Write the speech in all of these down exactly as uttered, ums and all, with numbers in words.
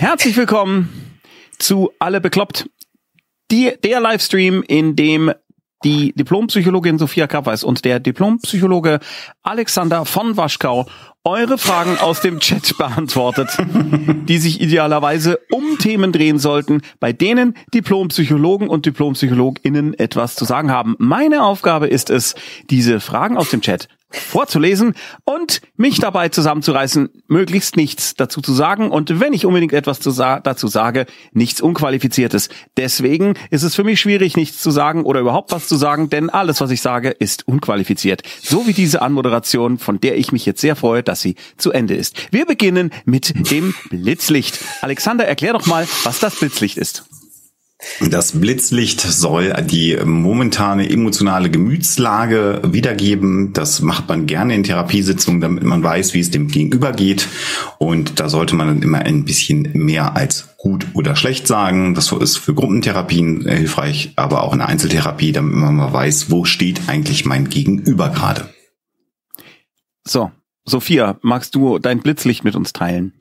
Herzlich willkommen zu Alle bekloppt, die, der Livestream, in dem die Diplompsychologin Sophia Kappweis und der Diplompsychologe Alexander von Waschkau eure Fragen aus dem Chat beantwortet, die sich idealerweise um Themen drehen sollten, bei denen Diplompsychologen und DiplompsychologInnen etwas zu sagen haben. Meine Aufgabe ist es, diese Fragen aus dem Chat vorzulesen und mich dabei zusammenzureißen, möglichst nichts dazu zu sagen und wenn ich unbedingt etwas zu sa- dazu sage, nichts Unqualifiziertes. Deswegen ist es für mich schwierig, nichts zu sagen oder überhaupt was zu sagen, denn alles, was ich sage, ist unqualifiziert. So wie diese Anmoderation, von der ich mich jetzt sehr freue, dass sie zu Ende ist. Wir beginnen mit dem Blitzlicht. Alexander, erklär doch mal, was das Blitzlicht ist. Das Blitzlicht soll die momentane emotionale Gemütslage wiedergeben. Das macht man gerne in Therapiesitzungen, damit man weiß, wie es dem Gegenüber geht. Und da sollte man dann immer ein bisschen mehr als gut oder schlecht sagen. Das ist für Gruppentherapien hilfreich, aber auch in der Einzeltherapie, damit man mal weiß, wo steht eigentlich mein Gegenüber gerade. So, Sophia, magst du dein Blitzlicht mit uns teilen?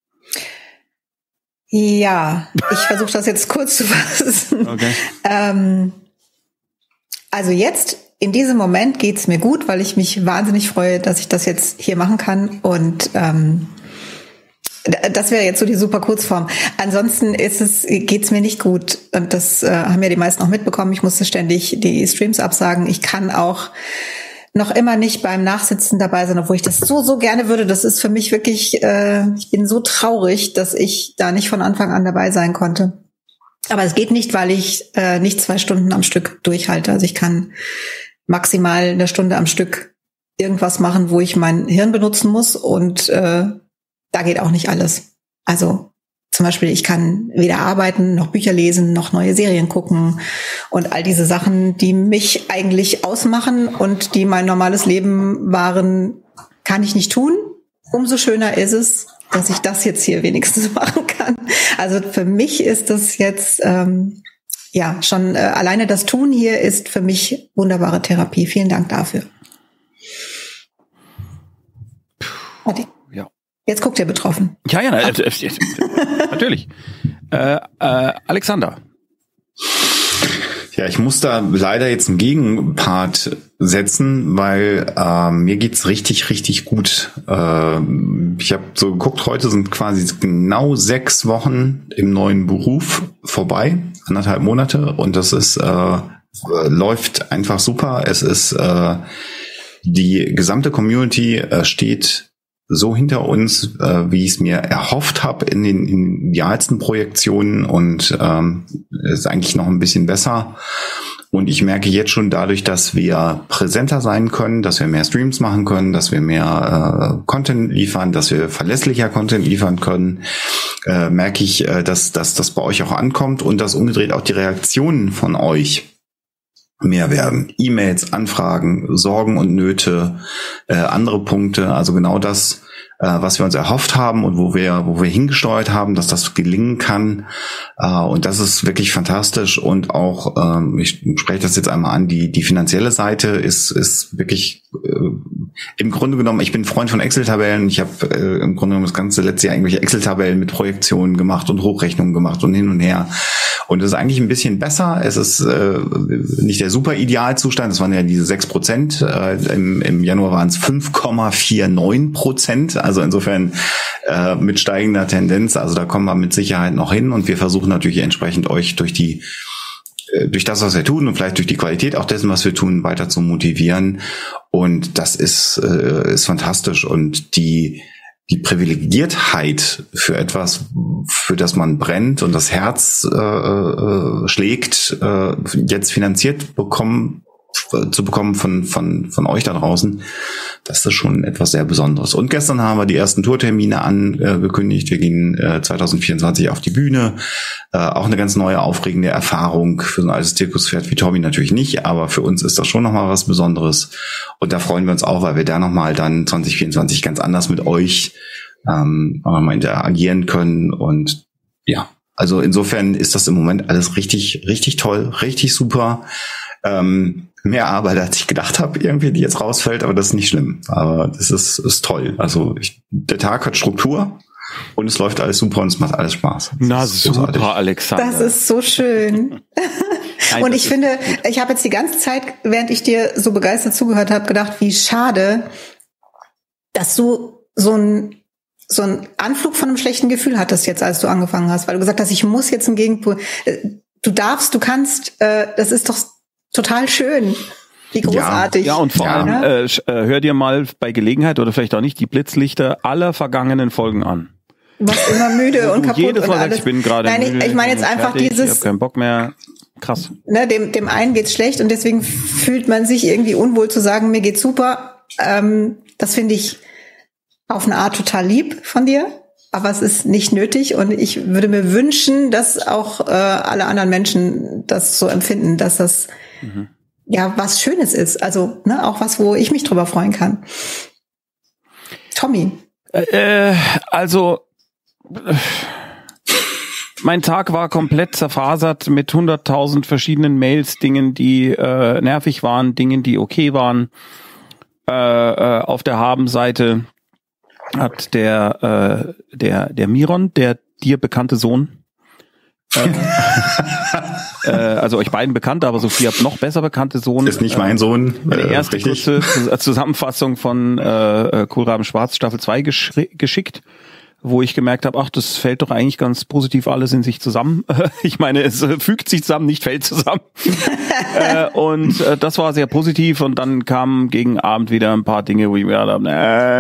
Ja, ich versuche das jetzt kurz zu fassen. Okay. Ähm, also jetzt, in diesem Moment geht's mir gut, weil ich mich wahnsinnig freue, dass ich das jetzt hier machen kann. Und ähm, das wäre jetzt so die super Kurzform. Ansonsten ist es, geht's mir nicht gut. Und das äh, haben ja die meisten auch mitbekommen. Ich musste ständig die Streams absagen. Ich kann auch noch immer nicht beim Nachsitzen dabei sein, obwohl ich das so, so gerne würde. Das ist für mich wirklich, äh, ich bin so traurig, dass ich da nicht von Anfang an dabei sein konnte. Aber es geht nicht, weil ich äh, nicht zwei Stunden am Stück durchhalte. Also ich kann maximal eine Stunde am Stück irgendwas machen, wo ich mein Hirn benutzen muss und äh, da geht auch nicht alles. Also zum Beispiel, ich kann weder arbeiten, noch Bücher lesen, noch neue Serien gucken und all diese Sachen, die mich eigentlich ausmachen und die mein normales Leben waren, kann ich nicht tun. Umso schöner ist es, dass ich das jetzt hier wenigstens machen kann. Also für mich ist das jetzt, ähm, ja, schon äh, alleine das Tun hier ist für mich wunderbare Therapie. Vielen Dank dafür. Warte. Jetzt guckt ihr betroffen. Ja, ja, äh, äh, äh, natürlich. Äh, äh, Alexander. Ja, ich muss da leider jetzt einen Gegenpart setzen, weil äh, mir geht's richtig, richtig gut. Äh, ich habe so geguckt, heute sind quasi genau sechs Wochen im neuen Beruf vorbei, anderthalb Monate, und das ist äh, läuft einfach super. Es ist äh, die gesamte Community äh, steht so hinter uns, äh, wie ich es mir erhofft habe in den, in den idealsten Projektionen, und ähm, ist eigentlich noch ein bisschen besser. Und ich merke jetzt schon dadurch, dass wir präsenter sein können, dass wir mehr Streams machen können, dass wir mehr äh, Content liefern, dass wir verlässlicher Content liefern können, äh, merke ich, äh, dass, dass das bei euch auch ankommt und dass umgedreht auch die Reaktionen von euch mehr werden. E-Mails, Anfragen, Sorgen und Nöte, äh, andere Punkte, also genau das, äh, was wir uns erhofft haben und wo wir wo wir hingesteuert haben, dass das gelingen kann. Äh, und das ist wirklich fantastisch. Und auch, ähm, ich spreche das jetzt einmal an, die die finanzielle Seite ist ist wirklich äh, im Grunde genommen, ich bin Freund von Excel-Tabellen. Ich habe äh, im Grunde genommen das ganze letzte Jahr irgendwelche Excel-Tabellen mit Projektionen gemacht und Hochrechnungen gemacht und hin und her. Und es ist eigentlich ein bisschen besser. Es ist äh, nicht der super Idealzustand. Das waren ja diese sechs Prozent. Äh, im, Im Januar waren es fünf Komma neunundvierzig Prozent. Also insofern äh, mit steigender Tendenz. Also da kommen wir mit Sicherheit noch hin. Und wir versuchen natürlich entsprechend euch durch die äh, durch das, was wir tun und vielleicht durch die Qualität auch dessen, was wir tun, weiter zu motivieren. Und das ist äh, ist fantastisch. Und die Die Privilegiertheit für etwas, für das man brennt und das Herz äh, äh, schlägt, äh, jetzt finanziert bekommen, zu bekommen von von von euch da draußen, das ist schon etwas sehr Besonderes. Und gestern haben wir die ersten Tourtermine angekündigt. Wir gehen äh, zwanzig vierundzwanzig auf die Bühne. Äh, auch eine ganz neue, aufregende Erfahrung. Für so ein altes Zirkuspferd wie Tommy natürlich nicht, aber für uns ist das schon nochmal was Besonderes. Und da freuen wir uns auch, weil wir da nochmal dann zwanzig vierundzwanzig ganz anders mit euch ähm, mal interagieren können. Und ja, also insofern ist das im Moment alles richtig, richtig toll, richtig super. Ähm, mehr Arbeit, als ich gedacht habe, irgendwie, die jetzt rausfällt, aber das ist nicht schlimm. Aber das ist, ist toll. Also ich, der Tag hat Struktur Und es läuft alles super und es macht alles Spaß. Das Na super, großartig. Alexander. Das ist so schön. Nein, und ich finde, ich habe jetzt die ganze Zeit, während ich dir so begeistert zugehört habe, gedacht, wie schade, dass du so ein so ein Anflug von einem schlechten Gefühl hattest jetzt, als du angefangen hast, weil du gesagt hast, ich muss jetzt einen Gegenpol. Du darfst, du kannst, äh, das ist doch total schön. Wie großartig. Ja, ja und vor ja. allem, äh, hör dir mal bei Gelegenheit oder vielleicht auch nicht die Blitzlichter aller vergangenen Folgen an. Du warst immer müde und kaputt jedes Mal und alles. Sagst, ich bin gerade Nein, müde, ich, ich meine jetzt einfach fertig, dieses. Ich habe keinen Bock mehr. Krass. Ne, dem, dem einen geht's schlecht und deswegen fühlt man sich irgendwie unwohl zu sagen, mir geht's super. Ähm, das finde ich auf eine Art total lieb von dir, aber es ist nicht nötig und ich würde mir wünschen, dass auch äh, alle anderen Menschen das so empfinden, dass das mhm. ja was Schönes ist, also ne, auch was, wo ich mich drüber freuen kann. Tommy. Äh, also äh, mein Tag war komplett zerfasert mit hunderttausend verschiedenen Mails, Dingen, die äh, nervig waren, Dingen, die okay waren. Äh, äh, auf der Habenseite hat der äh, der der Miron, der dir bekannte Sohn, äh, äh, also euch beiden bekannt, aber Sophia noch besser bekannte Sohn. Ist nicht mein Sohn. Äh, eine erste richtig. kurze Zusammenfassung von äh, Kohlraben Schwarz Staffel zwei gesch- geschickt, wo ich gemerkt habe, ach, das fällt doch eigentlich ganz positiv alles in sich zusammen. Ich meine, es fügt sich zusammen, nicht fällt zusammen. äh, und äh, das war sehr positiv und dann kamen gegen Abend wieder ein paar Dinge, wo ich mir gedacht habe,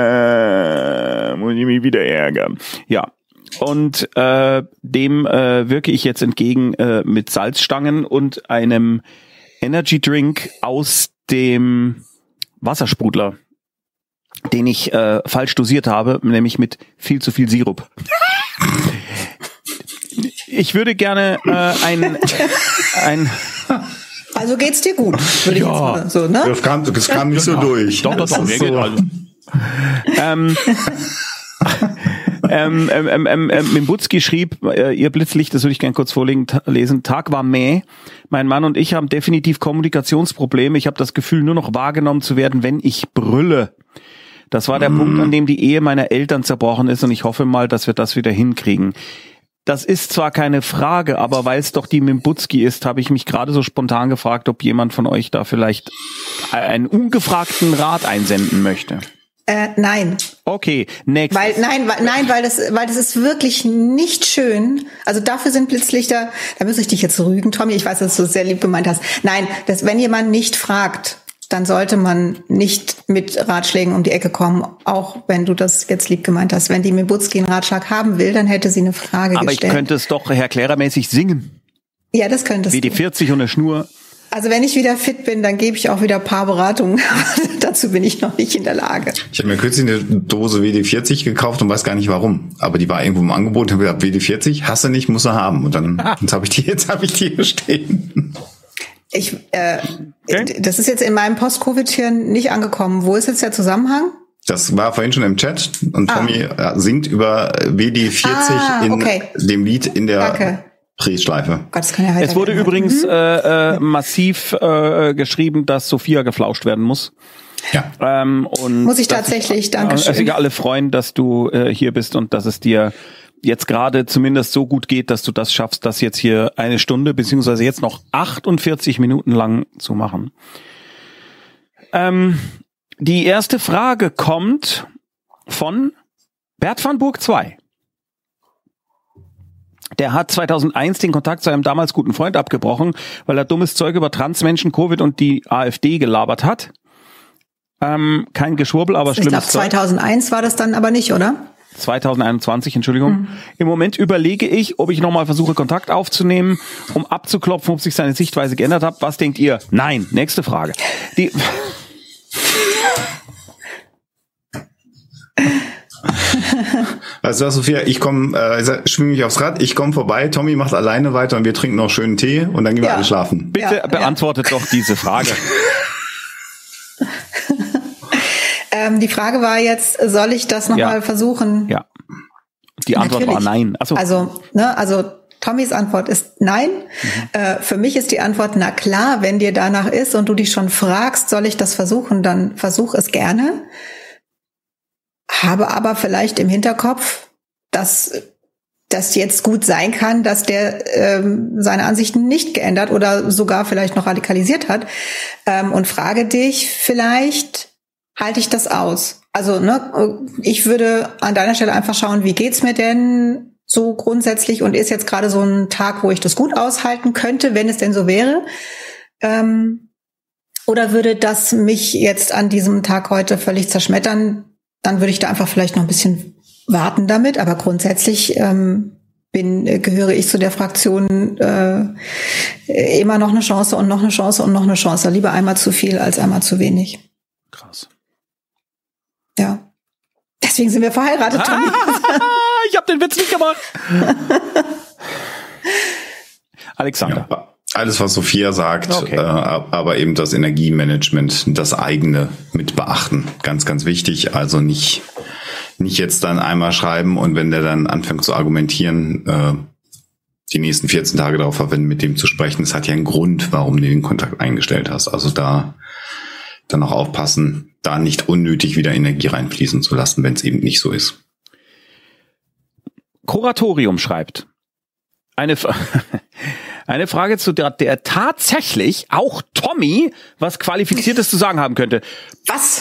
äh, muss ich mich wieder ärgern. Ja, und äh, dem äh, wirke ich jetzt entgegen äh, mit Salzstangen und einem Energy Drink aus dem Wassersprudler, den ich äh, falsch dosiert habe, nämlich mit viel zu viel Sirup. Ich würde gerne äh, ein ein Also geht's dir gut, würde ich ja. jetzt mal so, ne? Das kam, das kam nicht so ja. durch. Doch, doch, doch, mir geht also. ähm, ähm, ähm, ähm, ähm, Mimbutski schrieb, äh, ihr Blitzlicht, das würde ich gerne kurz vorlesen, ta- lesen. Tag war mäh. Mein Mann und ich haben definitiv Kommunikationsprobleme. Ich habe das Gefühl, nur noch wahrgenommen zu werden, wenn ich brülle. Das war der mm. Punkt, an dem die Ehe meiner Eltern zerbrochen ist und ich hoffe mal, dass wir das wieder hinkriegen. Das ist zwar keine Frage, aber weil es doch die Mimbutski ist, habe ich mich gerade so spontan gefragt, ob jemand von euch da vielleicht einen ungefragten Rat einsenden möchte. Äh, nein. Okay, next. Weil, nein, weil, nein, weil das, weil das ist wirklich nicht schön. Also dafür sind Blitzlichter, da muss ich dich jetzt rügen, Tommy, ich weiß, dass du es sehr lieb gemeint hast. Nein, dass, wenn jemand nicht fragt, dann sollte man nicht mit Ratschlägen um die Ecke kommen, auch wenn du das jetzt lieb gemeint hast. Wenn die Mimbutski einen Ratschlag haben will, dann hätte sie eine Frage Aber gestellt. Aber ich könnte es doch Herr Klärermäßig singen. Ja, das könntest Wie die vierzig und eine Schnur. Also wenn ich wieder fit bin, dann gebe ich auch wieder Paarberatungen. Dazu bin ich noch nicht in der Lage. Ich habe mir kürzlich eine Dose W D vierzig gekauft und weiß gar nicht warum. Aber die war irgendwo im Angebot. Ich habe gesagt, W D vierzig, hast du nicht, musst du haben. Und dann ah. jetzt habe ich die, jetzt habe ich die hier stehen. Ich, äh, okay. Das ist jetzt in meinem Post-Covid-Hirn nicht angekommen. Wo ist jetzt der Zusammenhang? Das war vorhin schon im Chat und ah. Tommy singt über W D vierzig ah, in okay. dem Lied in der Danke. Drehschleife. Gott, das kann ja halt es wurde übrigens mhm. äh, äh, massiv äh, geschrieben, dass Sophia geflauscht werden muss. Ja. Ähm, und muss ich tatsächlich, danke schön. Es sich alle freuen, dass du äh, hier bist und dass es dir jetzt gerade zumindest so gut geht, dass du das schaffst, das jetzt hier eine Stunde beziehungsweise jetzt noch achtundvierzig Minuten lang zu machen. Ähm, die erste Frage kommt von Bert van Burg zwei. Der hat zweitausendeins den Kontakt zu einem damals guten Freund abgebrochen, weil er dummes Zeug über Transmenschen, Covid und die AfD gelabert hat. Ähm, kein Geschwurbel, aber schlimmes Zeug. Ich glaube, zweitausendeins war das dann aber nicht, oder? zweitausendeinundzwanzig, Entschuldigung. Mhm. Im Moment überlege ich, ob ich nochmal versuche, Kontakt aufzunehmen, um abzuklopfen, ob sich seine Sichtweise geändert hat. Was denkt ihr? Nein. Nächste Frage. Die Weißt du was, Sophia, ich komme, äh, schwinge mich aufs Rad, ich komme vorbei, Tommy macht alleine weiter und wir trinken noch schönen Tee und dann gehen wir ja. alle schlafen. Bitte ja, beantwortet ja. doch diese Frage. ähm, die Frage war jetzt, soll ich das nochmal ja. versuchen? Ja. Die Antwort Natürlich. war nein. Ach so. Also, ne, also Tommys Antwort ist nein. Mhm. Äh, für mich ist die Antwort, na klar, wenn dir danach ist und du dich schon fragst, soll ich das versuchen, dann versuch es gerne. Habe aber vielleicht im Hinterkopf, dass das jetzt gut sein kann, dass der ähm, seine Ansichten nicht geändert oder sogar vielleicht noch radikalisiert hat. Ähm, und frage dich vielleicht, halte ich das aus? Also ne, ich würde an deiner Stelle einfach schauen, wie geht's mir denn so grundsätzlich und ist jetzt gerade so ein Tag, wo ich das gut aushalten könnte, wenn es denn so wäre? Ähm, oder würde das mich jetzt an diesem Tag heute völlig zerschmettern? Dann würde ich da einfach vielleicht noch ein bisschen warten damit, aber grundsätzlich ähm, bin äh, gehöre ich zu der Fraktion äh, immer noch eine Chance und noch eine Chance und noch eine Chance. Lieber einmal zu viel als einmal zu wenig. Krass. Ja. Deswegen sind wir verheiratet, Tommy. Ich habe den Witz nicht gemacht. Alexander. Ja, alles, was Sophia sagt, okay. äh, aber eben das Energiemanagement, das eigene mit beachten. Ganz, ganz wichtig. Also nicht nicht jetzt dann einmal schreiben und wenn der dann anfängt zu argumentieren, äh, die nächsten vierzehn Tage darauf verwenden, mit dem zu sprechen. Das hat ja einen Grund, warum du den Kontakt eingestellt hast. Also da dann auch aufpassen, da nicht unnötig wieder Energie reinfließen zu lassen, wenn es eben nicht so ist. Kuratorium schreibt, eine, Fra- eine Frage, zu der, der tatsächlich auch Tommy was Qualifiziertes zu sagen haben könnte. Was?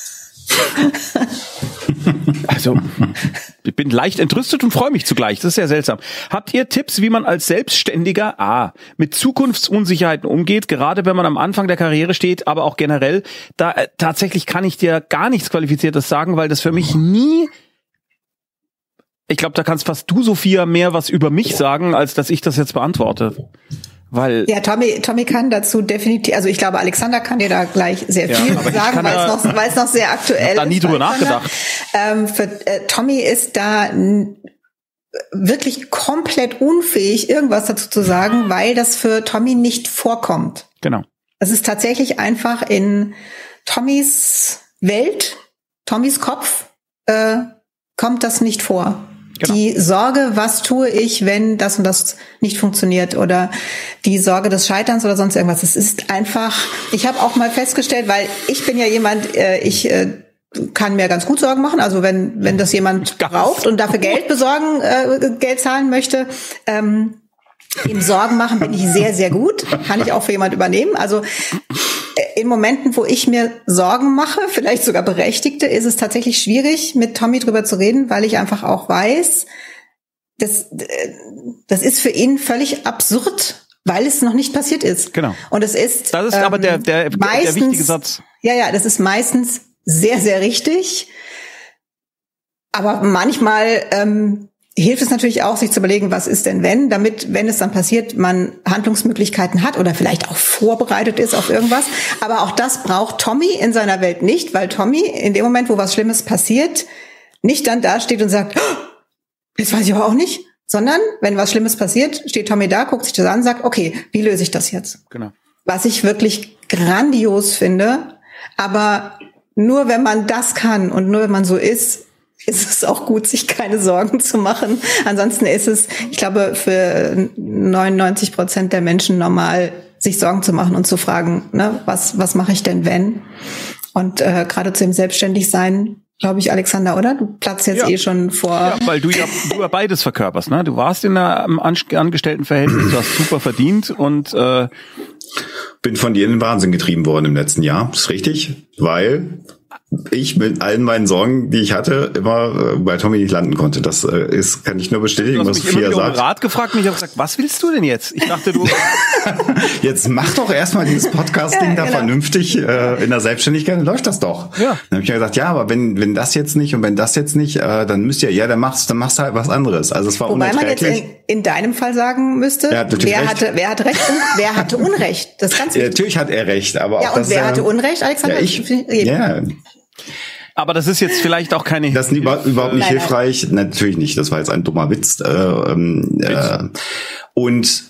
Also, ich bin leicht entrüstet und freue mich zugleich. Das ist sehr seltsam. Habt ihr Tipps, wie man als Selbstständiger A mit Zukunftsunsicherheiten umgeht, gerade wenn man am Anfang der Karriere steht, aber auch generell? Da äh, tatsächlich kann ich dir gar nichts Qualifiziertes sagen, weil das für mich nie... Ich glaube, da kannst fast du, Sophia, mehr was über mich sagen, als dass ich das jetzt beantworte. Weil ja, Tommy, Tommy kann dazu definitiv, also ich glaube, Alexander kann dir da gleich sehr viel ja, sagen, weil es noch, weil es noch sehr aktuell ist. Ich habe da nie drüber nachgedacht. Ähm, für äh, Tommy ist da n- wirklich komplett unfähig, irgendwas dazu zu sagen, weil das für Tommy nicht vorkommt. Genau. Es ist tatsächlich einfach in Tommys Welt, Tommys Kopf, äh, kommt das nicht vor. Genau. Die Sorge, was tue ich, wenn das und das nicht funktioniert, oder die Sorge des Scheiterns oder sonst irgendwas. Es ist einfach, ich habe auch mal festgestellt, weil ich bin ja jemand, äh, ich äh, kann mir ganz gut Sorgen machen. Also wenn wenn das jemand braucht und dafür Geld besorgen, äh, Geld zahlen möchte, ähm, im Sorgen machen bin ich sehr, sehr gut. Kann ich auch für jemand übernehmen. Also in Momenten, wo ich mir Sorgen mache, vielleicht sogar berechtigte, ist es tatsächlich schwierig, mit Tommy drüber zu reden, weil ich einfach auch weiß, das, das ist für ihn völlig absurd, weil es noch nicht passiert ist. Genau. Und es ist das ist ähm, aber der, der, meistens, der wichtige Satz. Ja, ja, das ist meistens sehr, sehr richtig. Aber manchmal ähm, hilft es natürlich auch, sich zu überlegen, was ist denn wenn, damit, wenn es dann passiert, man Handlungsmöglichkeiten hat oder vielleicht auch vorbereitet ist auf irgendwas. Aber auch das braucht Tommy in seiner Welt nicht, weil Tommy in dem Moment, wo was Schlimmes passiert, nicht dann da steht und sagt, oh, jetzt weiß ich aber auch nicht, sondern wenn was Schlimmes passiert, steht Tommy da, guckt sich das an und sagt, okay, wie löse ich das jetzt? Genau. Was ich wirklich grandios finde, aber nur wenn man das kann und nur wenn man so ist, ist es auch gut, sich keine Sorgen zu machen. Ansonsten ist es, ich glaube, für neunundneunzig Prozent der Menschen normal, sich Sorgen zu machen und zu fragen, ne, was was mache ich denn, wenn? Und äh, gerade zu dem Selbstständigsein, glaube ich, Alexander, oder? Du platzt jetzt ja. eh schon vor. Ja, weil du ja, du ja beides verkörperst, ne? Du warst in einem Angestelltenverhältnis, du hast super verdient und äh, bin von dir in den Wahnsinn getrieben worden im letzten Jahr. Das ist richtig, weil ich mit allen meinen Sorgen, die ich hatte, immer bei Tommy nicht landen konnte. Das ist, kann ich nur bestätigen, was Sophia sagt. Ich habe mich Rat gefragt und ich habe gesagt, was willst du denn jetzt? Ich dachte, du... Jetzt mach doch erstmal dieses Podcast-Ding ja, da genau. vernünftig äh, in der Selbstständigkeit, dann läuft das doch. Ja. Dann habe ich mir gesagt, ja, aber wenn wenn das jetzt nicht und wenn das jetzt nicht, äh, dann müsst ihr, ja, dann machst dann machst du halt was anderes. Also es war Wobei unerträglich. man jetzt in, in deinem Fall sagen müsste, wer recht. hatte wer hatte recht und wer hatte Unrecht. Das ist ganz ja, natürlich hat er recht, aber ja, auch und das, wer äh, hatte Unrecht, Alexander? Ja, ich, ja. Aber das ist jetzt vielleicht auch keine... Das ist überhaupt nicht nein, hilfreich. Nein. Natürlich nicht. Das war jetzt ein dummer Witz. Äh, äh, und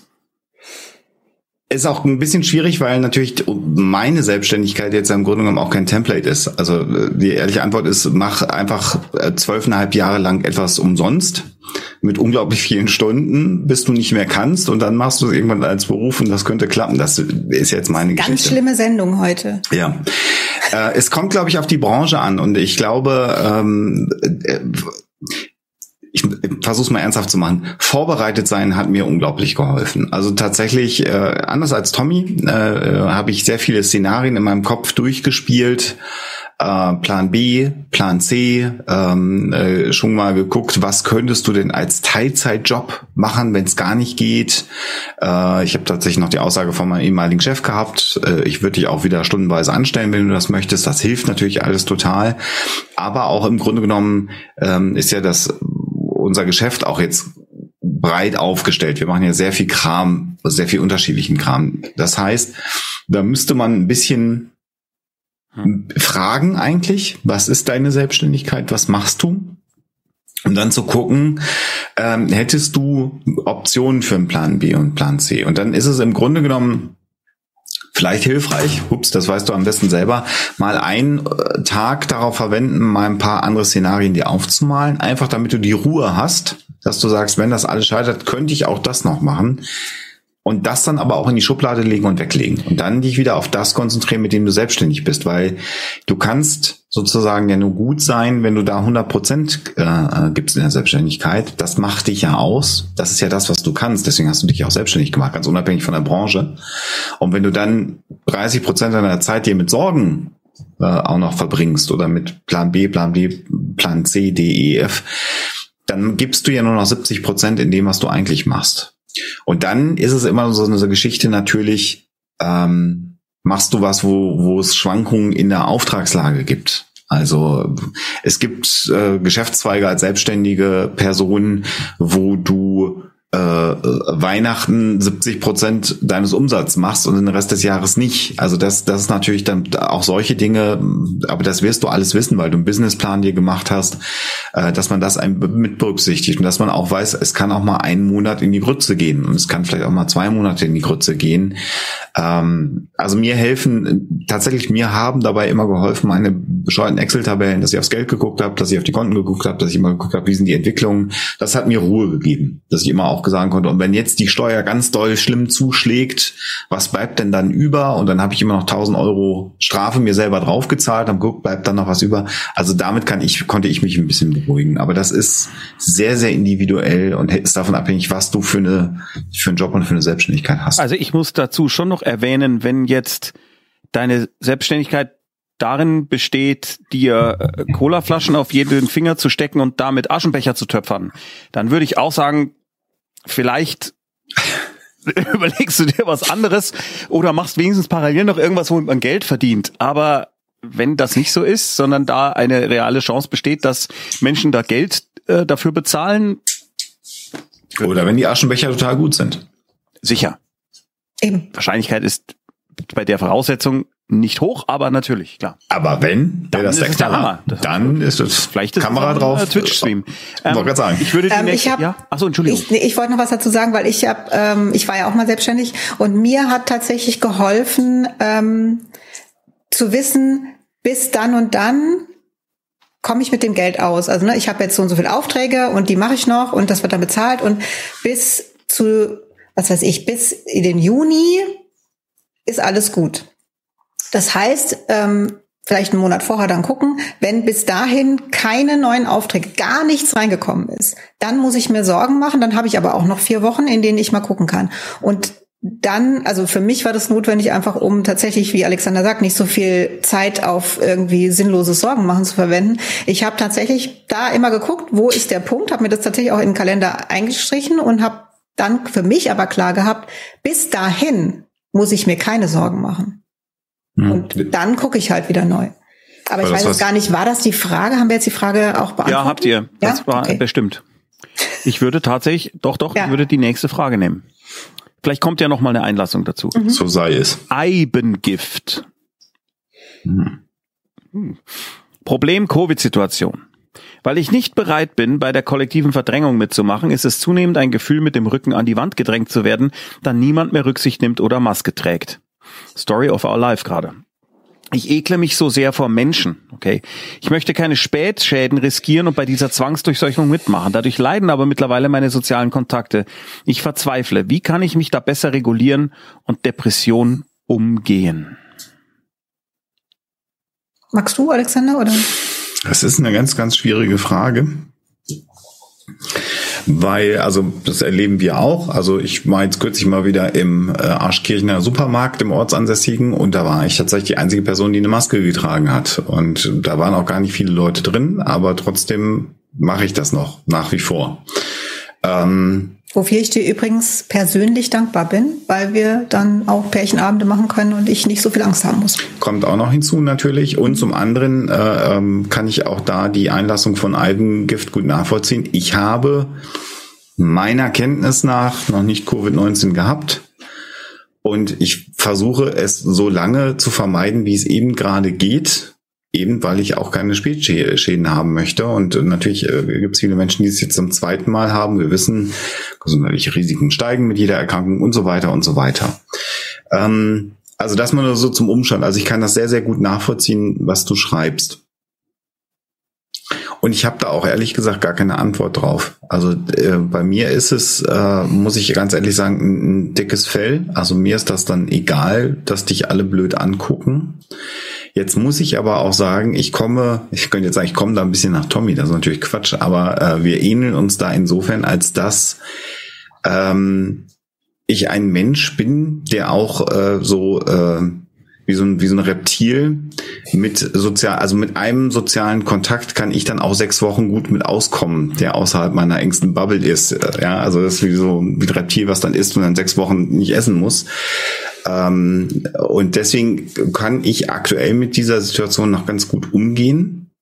ist auch ein bisschen schwierig, weil natürlich meine Selbstständigkeit jetzt im Grunde genommen auch kein Template ist. Also die ehrliche Antwort ist, mach einfach zwölfeinhalb Jahre lang etwas umsonst mit unglaublich vielen Stunden, bis du nicht mehr kannst und dann machst du es irgendwann als Beruf und das könnte klappen. Das ist jetzt meine Ganz Geschichte. Ganz schlimme Sendung heute. Ja. Äh, es kommt, glaube ich, auf die Branche an und ich glaube, ähm, äh, ich versuche es mal ernsthaft zu machen. Vorbereitet sein hat mir unglaublich geholfen. Also tatsächlich, äh, anders als Tommy, äh, habe ich sehr viele Szenarien in meinem Kopf durchgespielt. Äh, Plan B, Plan C, ähm, äh, schon mal geguckt, was könntest du denn als Teilzeitjob machen, wenn es gar nicht geht. Äh, ich habe tatsächlich noch die Aussage von meinem ehemaligen Chef gehabt, äh, ich würde dich auch wieder stundenweise anstellen, wenn du das möchtest. Das hilft natürlich alles total. Aber auch im Grunde genommen ähm, ist ja das unser Geschäft auch jetzt breit aufgestellt. Wir machen ja sehr viel Kram, sehr viel unterschiedlichen Kram. Das heißt, da müsste man ein bisschen fragen eigentlich, was ist deine Selbstständigkeit, was machst du? Und dann zu gucken, ähm, hättest du Optionen für einen Plan B und Plan C? Und dann ist es im Grunde genommen vielleicht hilfreich, ups, das weißt du am besten selber, mal einen Tag darauf verwenden, mal ein paar andere Szenarien dir aufzumalen, einfach damit du die Ruhe hast, dass du sagst, wenn das alles scheitert, könnte ich auch das noch machen. Und das dann aber auch in die Schublade legen und weglegen. Und dann dich wieder auf das konzentrieren, mit dem du selbstständig bist. Weil du kannst sozusagen ja nur gut sein, wenn du da hundert Prozent äh, gibst in der Selbstständigkeit. Das macht dich ja aus. Das ist ja das, was du kannst. Deswegen hast du dich auch selbstständig gemacht, ganz unabhängig von der Branche. Und wenn du dann dreißig Prozent deiner Zeit dir mit Sorgen äh, auch noch verbringst oder mit Plan B, Plan B, Plan C, D, E, F, dann gibst du ja nur noch siebzig Prozent in dem, was du eigentlich machst. Und dann ist es immer so eine Geschichte natürlich, ähm, machst du was, wo, wo es Schwankungen in der Auftragslage gibt. Also es gibt äh, Geschäftszweige als selbstständige Personen, wo du äh, Weihnachten siebzig Prozent deines Umsatzes machst und den Rest des Jahres nicht. Also das, das ist natürlich dann auch solche Dinge, aber das wirst du alles wissen, weil du einen Businessplan dir gemacht hast, äh, dass man das mit berücksichtigt und dass man auch weiß, es kann auch mal einen Monat in die Grütze gehen und es kann vielleicht auch mal zwei Monate in die Grütze gehen. Ähm, also mir helfen, tatsächlich mir haben dabei immer geholfen, meine bescheuerten Excel-Tabellen, dass ich aufs Geld geguckt habe, dass ich auf die Konten geguckt habe, dass ich immer geguckt habe, wie sind die Entwicklungen. Das hat mir Ruhe gegeben, dass ich immer auch sagen konnte, und wenn jetzt die Steuer ganz doll schlimm zuschlägt, was bleibt denn dann über? Und dann habe ich immer noch tausend Euro Strafe mir selber draufgezahlt, dann guckt, bleibt dann noch was über. Also damit kann ich, konnte ich mich ein bisschen beruhigen. Aber das ist sehr, sehr individuell und ist davon abhängig, was du für eine, für einen Job und für eine Selbstständigkeit hast. Also ich muss dazu schon noch erwähnen, wenn jetzt deine Selbstständigkeit darin besteht, dir Colaflaschen auf jeden Finger zu stecken und damit Aschenbecher zu töpfern, dann würde ich auch sagen, vielleicht überlegst du dir was anderes oder machst wenigstens parallel noch irgendwas, womit man Geld verdient. Aber wenn das nicht so ist, sondern da eine reale Chance besteht, dass Menschen da Geld äh, dafür bezahlen. Oder wenn die Aschenbecher total gut sind. Sicher. Eben. Wahrscheinlichkeit ist bei der Voraussetzung nicht hoch, aber natürlich, klar. Aber wenn, dann das ist der Hammer. Das dann ist es vielleicht ist Kamera es drauf. Twitch-Stream. Ähm, wollte gerade sagen. Ich würde die ähm, nächste, ich hab, ja? Achso, Entschuldigung. Ich, nee, ich wollte noch was dazu sagen, weil ich hab, ähm, ich war ja auch mal selbstständig und mir hat tatsächlich geholfen, ähm, zu wissen, bis dann und dann komme ich mit dem Geld aus. Also ne, ich habe jetzt so und so viele Aufträge und die mache ich noch und das wird dann bezahlt und bis zu, was weiß ich, bis in den Juni ist alles gut. Das heißt, ähm, vielleicht einen Monat vorher dann gucken, wenn bis dahin keine neuen Aufträge, gar nichts reingekommen ist, dann muss ich mir Sorgen machen, dann habe ich aber auch noch vier Wochen, in denen ich mal gucken kann. Und dann, also für mich war das notwendig, einfach um tatsächlich, wie Alexander sagt, nicht so viel Zeit auf irgendwie sinnloses Sorgen machen zu verwenden. Ich habe tatsächlich da immer geguckt, wo ist der Punkt, habe mir das tatsächlich auch in den Kalender eingestrichen und habe dann für mich aber klar gehabt, bis dahin muss ich mir keine Sorgen machen. Und dann gucke ich halt wieder neu. Aber ich weiß jetzt gar nicht, war das die Frage? Haben wir jetzt die Frage auch beantwortet? Ja, habt ihr. Das ja? war okay. Bestimmt. Ich würde tatsächlich, doch, doch, ja. ich würde die nächste Frage nehmen. Vielleicht kommt ja noch mal eine Einlassung dazu. Mhm. So sei es. Eibengift. Hm. Hm. Problem Covid-Situation. Weil ich nicht bereit bin, bei der kollektiven Verdrängung mitzumachen, ist es zunehmend ein Gefühl, mit dem Rücken an die Wand gedrängt zu werden, da niemand mehr Rücksicht nimmt oder Maske trägt. Story of our life gerade. Ich ekle mich so sehr vor Menschen, okay? Ich möchte keine Spätschäden riskieren und bei dieser Zwangsdurchseuchung mitmachen. Dadurch leiden aber mittlerweile meine sozialen Kontakte. Ich verzweifle. Wie kann ich mich da besser regulieren und Depression umgehen? Magst du, Alexander, oder? Das ist eine ganz, ganz schwierige Frage. Weil, also das erleben wir auch. Also ich war jetzt kürzlich mal wieder im äh, Aschkirchener Supermarkt, im Ortsansässigen, und da war ich tatsächlich die einzige Person, die eine Maske getragen hat. Und da waren auch gar nicht viele Leute drin, aber trotzdem mache ich das noch, nach wie vor. Ähm, Wofür ich dir übrigens persönlich dankbar bin, weil wir dann auch Pärchenabende machen können und ich nicht so viel Angst haben muss. Kommt auch noch hinzu natürlich. Und zum anderen äh, ähm, kann ich auch da die Einlassung von Algengift gut nachvollziehen. Ich habe meiner Kenntnis nach noch nicht Covid neunzehn gehabt. Und ich versuche es so lange zu vermeiden, wie es eben gerade geht. Eben, weil ich auch keine Spätschäden haben möchte. Und natürlich äh, gibt es viele Menschen, die es jetzt zum zweiten Mal haben. Wir wissen, gesundheitliche Risiken steigen mit jeder Erkrankung und so weiter und so weiter. Ähm, also das mal nur so zum Umstand. Also ich kann das sehr, sehr gut nachvollziehen, was du schreibst. Und ich habe da auch ehrlich gesagt gar keine Antwort drauf. Also äh, bei mir ist es, äh, muss ich ganz ehrlich sagen, ein, ein dickes Fell. Also mir ist das dann egal, dass dich alle blöd angucken. Jetzt muss ich aber auch sagen, ich komme, ich könnte jetzt sagen, ich komme da ein bisschen nach Tommy, das ist natürlich Quatsch, aber äh, wir ähneln uns da insofern, als dass ähm, ich ein Mensch bin, der auch äh, so äh, wie so ein wie so ein Reptil mit sozial, also mit einem sozialen Kontakt kann ich dann auch sechs Wochen gut mit auskommen, der außerhalb meiner engsten Bubble ist. Ja, also das ist wie so wie ein Reptil, was dann isst und dann sechs Wochen nicht essen muss. Ähm, und deswegen kann ich aktuell mit dieser Situation noch ganz gut umgehen.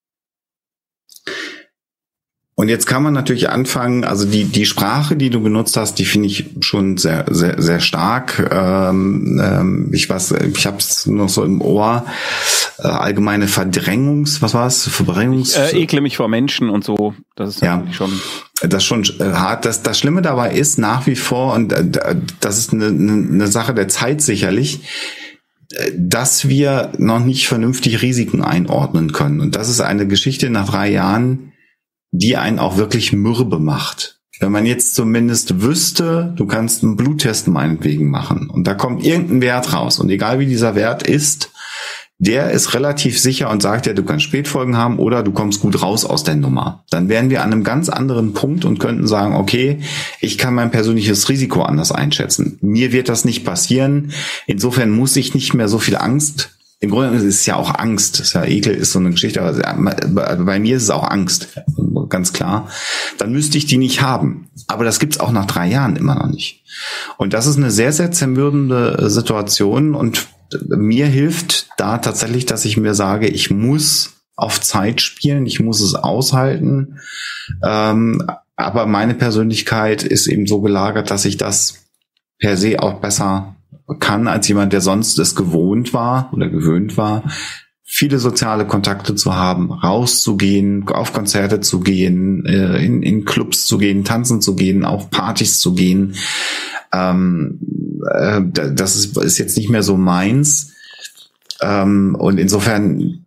Und jetzt kann man natürlich anfangen, also die die Sprache, die du genutzt hast, die finde ich schon sehr sehr sehr stark. Ähm, ähm, ich weiß, ich habe es noch so im Ohr. Äh, allgemeine Verdrängungs, was war es? Verdrängungs. Ich äh, ekle mich vor Menschen und so. Das ist natürlich ja schon. Das ist schon hart. Das, das Schlimme dabei ist nach wie vor, und das ist eine, eine Sache der Zeit sicherlich, dass wir noch nicht vernünftig Risiken einordnen können. Und das ist eine Geschichte nach drei Jahren, die einen auch wirklich mürbe macht. Wenn man jetzt zumindest wüsste, du kannst einen Bluttest meinetwegen machen und da kommt irgendein Wert raus und egal wie dieser Wert ist, der ist relativ sicher und sagt ja, du kannst Spätfolgen haben oder du kommst gut raus aus der Nummer. Dann wären wir an einem ganz anderen Punkt und könnten sagen, okay, ich kann mein persönliches Risiko anders einschätzen. Mir wird das nicht passieren. Insofern muss ich nicht mehr so viel Angst. Im Grunde ist es ja auch Angst. Das ist ja Ekel, ist so eine Geschichte. Aber bei mir ist es auch Angst. Ganz klar. Dann müsste ich die nicht haben. Aber das gibt's auch nach drei Jahren immer noch nicht. Und das ist eine sehr, sehr zermürbende Situation und mir hilft da tatsächlich, dass ich mir sage, ich muss auf Zeit spielen, ich muss es aushalten. Ähm, aber meine Persönlichkeit ist eben so gelagert, dass ich das per se auch besser kann als jemand, der sonst es gewohnt war oder gewöhnt war, viele soziale Kontakte zu haben, rauszugehen, auf Konzerte zu gehen, in, in Clubs zu gehen, tanzen zu gehen, auf Partys zu gehen. Ähm, äh, das ist, ist jetzt nicht mehr so meins. Ähm, und insofern,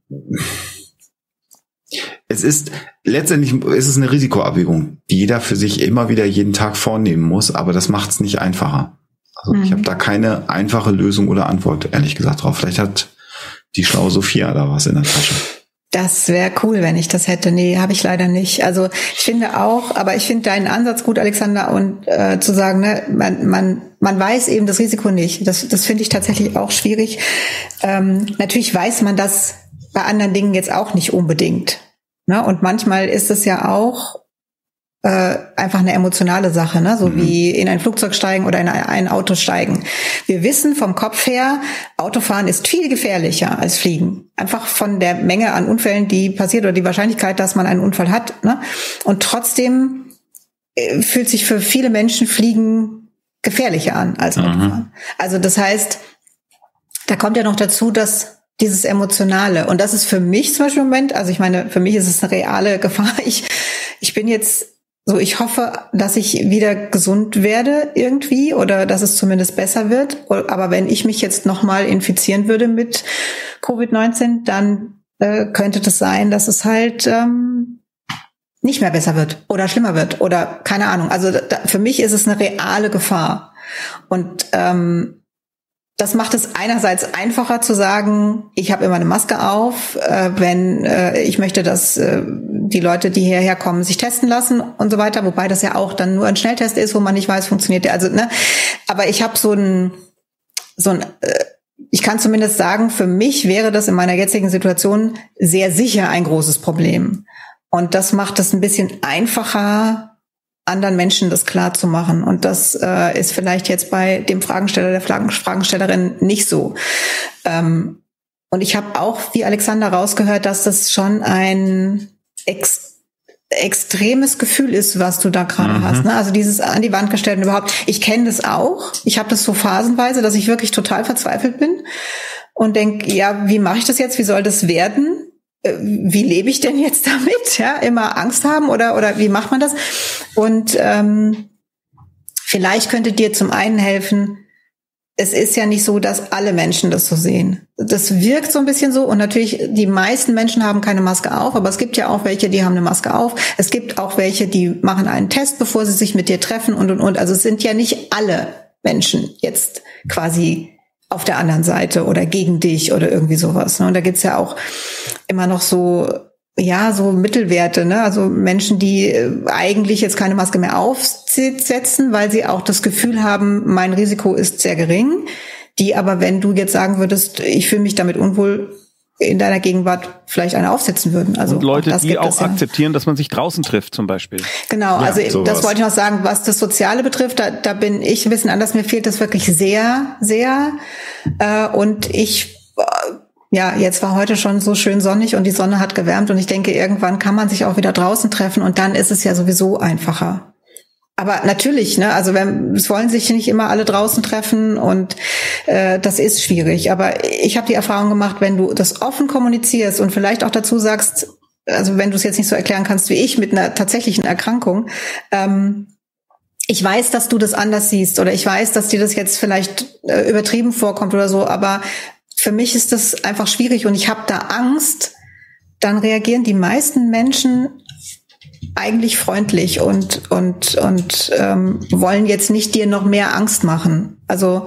es ist, letztendlich ist es eine Risikoabwägung, die jeder für sich immer wieder jeden Tag vornehmen muss, aber das macht es nicht einfacher. Also mhm. ich habe da keine einfache Lösung oder Antwort, ehrlich gesagt, drauf. Vielleicht hat die schlaue Sophia da was in der Tasche. Das wäre cool, wenn ich das hätte. Nee, habe ich leider nicht. Also ich finde auch, aber ich finde deinen Ansatz gut, Alexander, und äh, zu sagen, ne, man, man, man weiß eben das Risiko nicht. Das, das finde ich tatsächlich auch schwierig. Ähm, natürlich weiß man das bei anderen Dingen jetzt auch nicht unbedingt. Ne? Und manchmal ist es ja auch äh, einfach eine emotionale Sache, ne? So mhm. wie in ein Flugzeug steigen oder in ein Auto steigen. Wir wissen vom Kopf her, Autofahren ist viel gefährlicher als Fliegen. Einfach von der Menge an Unfällen, die passiert oder die Wahrscheinlichkeit, dass man einen Unfall hat. Ne? Und trotzdem äh, fühlt sich für viele Menschen Fliegen gefährlicher an als Autofahren. Mhm. Also das heißt, da kommt ja noch dazu, dass dieses Emotionale, und das ist für mich zum Beispiel im Moment, also ich meine, für mich ist es eine reale Gefahr. Ich, ich bin jetzt so, ich hoffe, dass ich wieder gesund werde irgendwie oder dass es zumindest besser wird. Aber wenn ich mich jetzt nochmal infizieren würde mit Covid neunzehn, dann äh, könnte das sein, dass es halt ähm, nicht mehr besser wird oder schlimmer wird oder keine Ahnung. Also da, für mich ist es eine reale Gefahr. Und ähm, das macht es einerseits einfacher zu sagen, ich habe immer eine Maske auf, äh, wenn äh, ich möchte, dass äh, die Leute, die hierher kommen, sich testen lassen und so weiter, wobei das ja auch dann nur ein Schnelltest ist, wo man nicht weiß, funktioniert der. Also, ne, aber ich habe so ein, so ein, äh, ich kann zumindest sagen, für mich wäre das in meiner jetzigen Situation sehr sicher ein großes Problem. Und das macht es ein bisschen einfacher, anderen Menschen das klar zu machen. Und das äh, ist vielleicht jetzt bei dem Fragensteller, der Fragenstellerin nicht so. Ähm, und ich habe auch, wie Alexander, rausgehört, dass das schon ein ex- extremes Gefühl ist, was du da gerade mhm. hast. Ne? Also dieses an die Wand gestellt und überhaupt. Ich kenne das auch. Ich habe das so phasenweise, dass ich wirklich total verzweifelt bin und denke, ja, wie mache ich das jetzt? Wie soll das werden? Wie lebe ich denn jetzt damit? Ja, immer Angst haben oder oder wie macht man das? Und ähm, vielleicht könnte dir zum einen helfen, es ist ja nicht so, dass alle Menschen das so sehen. Das wirkt so ein bisschen so und natürlich, die meisten Menschen haben keine Maske auf, aber es gibt ja auch welche, die haben eine Maske auf. Es gibt auch welche, die machen einen Test, bevor sie sich mit dir treffen und und und. Also es sind ja nicht alle Menschen jetzt quasi auf der anderen Seite oder gegen dich oder irgendwie sowas. Und da gibt's ja auch immer noch so, ja, so Mittelwerte, ne? Also Menschen, die eigentlich jetzt keine Maske mehr aufsetzen, weil sie auch das Gefühl haben, mein Risiko ist sehr gering. Die aber, wenn du jetzt sagen würdest, ich fühle mich damit unwohl, in deiner Gegenwart vielleicht eine aufsetzen würden. Also und Leute, auch die auch ja. akzeptieren, dass man sich draußen trifft zum Beispiel. Genau, ja, also sowas. Das wollte ich noch sagen, was das Soziale betrifft, da, da bin ich ein bisschen anders. Mir fehlt das wirklich sehr, sehr. Äh, und ich, äh, ja, jetzt war heute schon so schön sonnig und die Sonne hat gewärmt und ich denke, irgendwann kann man sich auch wieder draußen treffen und dann ist es ja sowieso einfacher. Aber natürlich, ne, also wenn, es wollen sich nicht immer alle draußen treffen und äh, das ist schwierig. Aber ich habe die Erfahrung gemacht, wenn du das offen kommunizierst und vielleicht auch dazu sagst, also wenn du es jetzt nicht so erklären kannst wie ich mit einer tatsächlichen Erkrankung, ähm, ich weiß, dass du das anders siehst oder ich weiß, dass dir das jetzt vielleicht äh, übertrieben vorkommt oder so, aber für mich ist das einfach schwierig und ich habe da Angst, dann reagieren die meisten Menschen eigentlich freundlich und und und ähm, wollen jetzt nicht dir noch mehr Angst machen. Also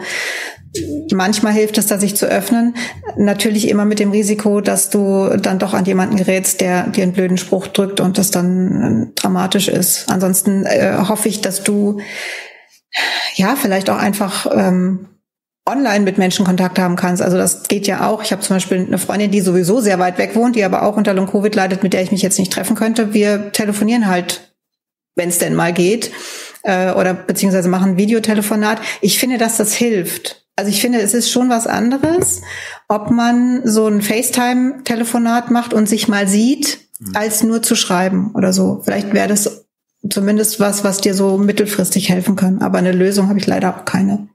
manchmal hilft es, da sich zu öffnen. Natürlich immer mit dem Risiko, dass du dann doch an jemanden gerätst, der dir einen blöden Spruch drückt und das dann dramatisch ist. Ansonsten äh, hoffe ich, dass du ja vielleicht auch einfach ähm, online mit Menschen Kontakt haben kannst. Also das geht ja auch. Ich habe zum Beispiel eine Freundin, die sowieso sehr weit weg wohnt, die aber auch unter Long-Covid leidet, mit der ich mich jetzt nicht treffen könnte. Wir telefonieren halt, wenn es denn mal geht, äh, oder beziehungsweise machen ein Videotelefonat. Ich finde, dass das hilft. Also ich finde, es ist schon was anderes, ob man so ein FaceTime-Telefonat macht und sich mal sieht, mhm. als nur zu schreiben oder so. Vielleicht wäre das zumindest was, was dir so mittelfristig helfen kann. Aber eine Lösung habe ich leider auch keine.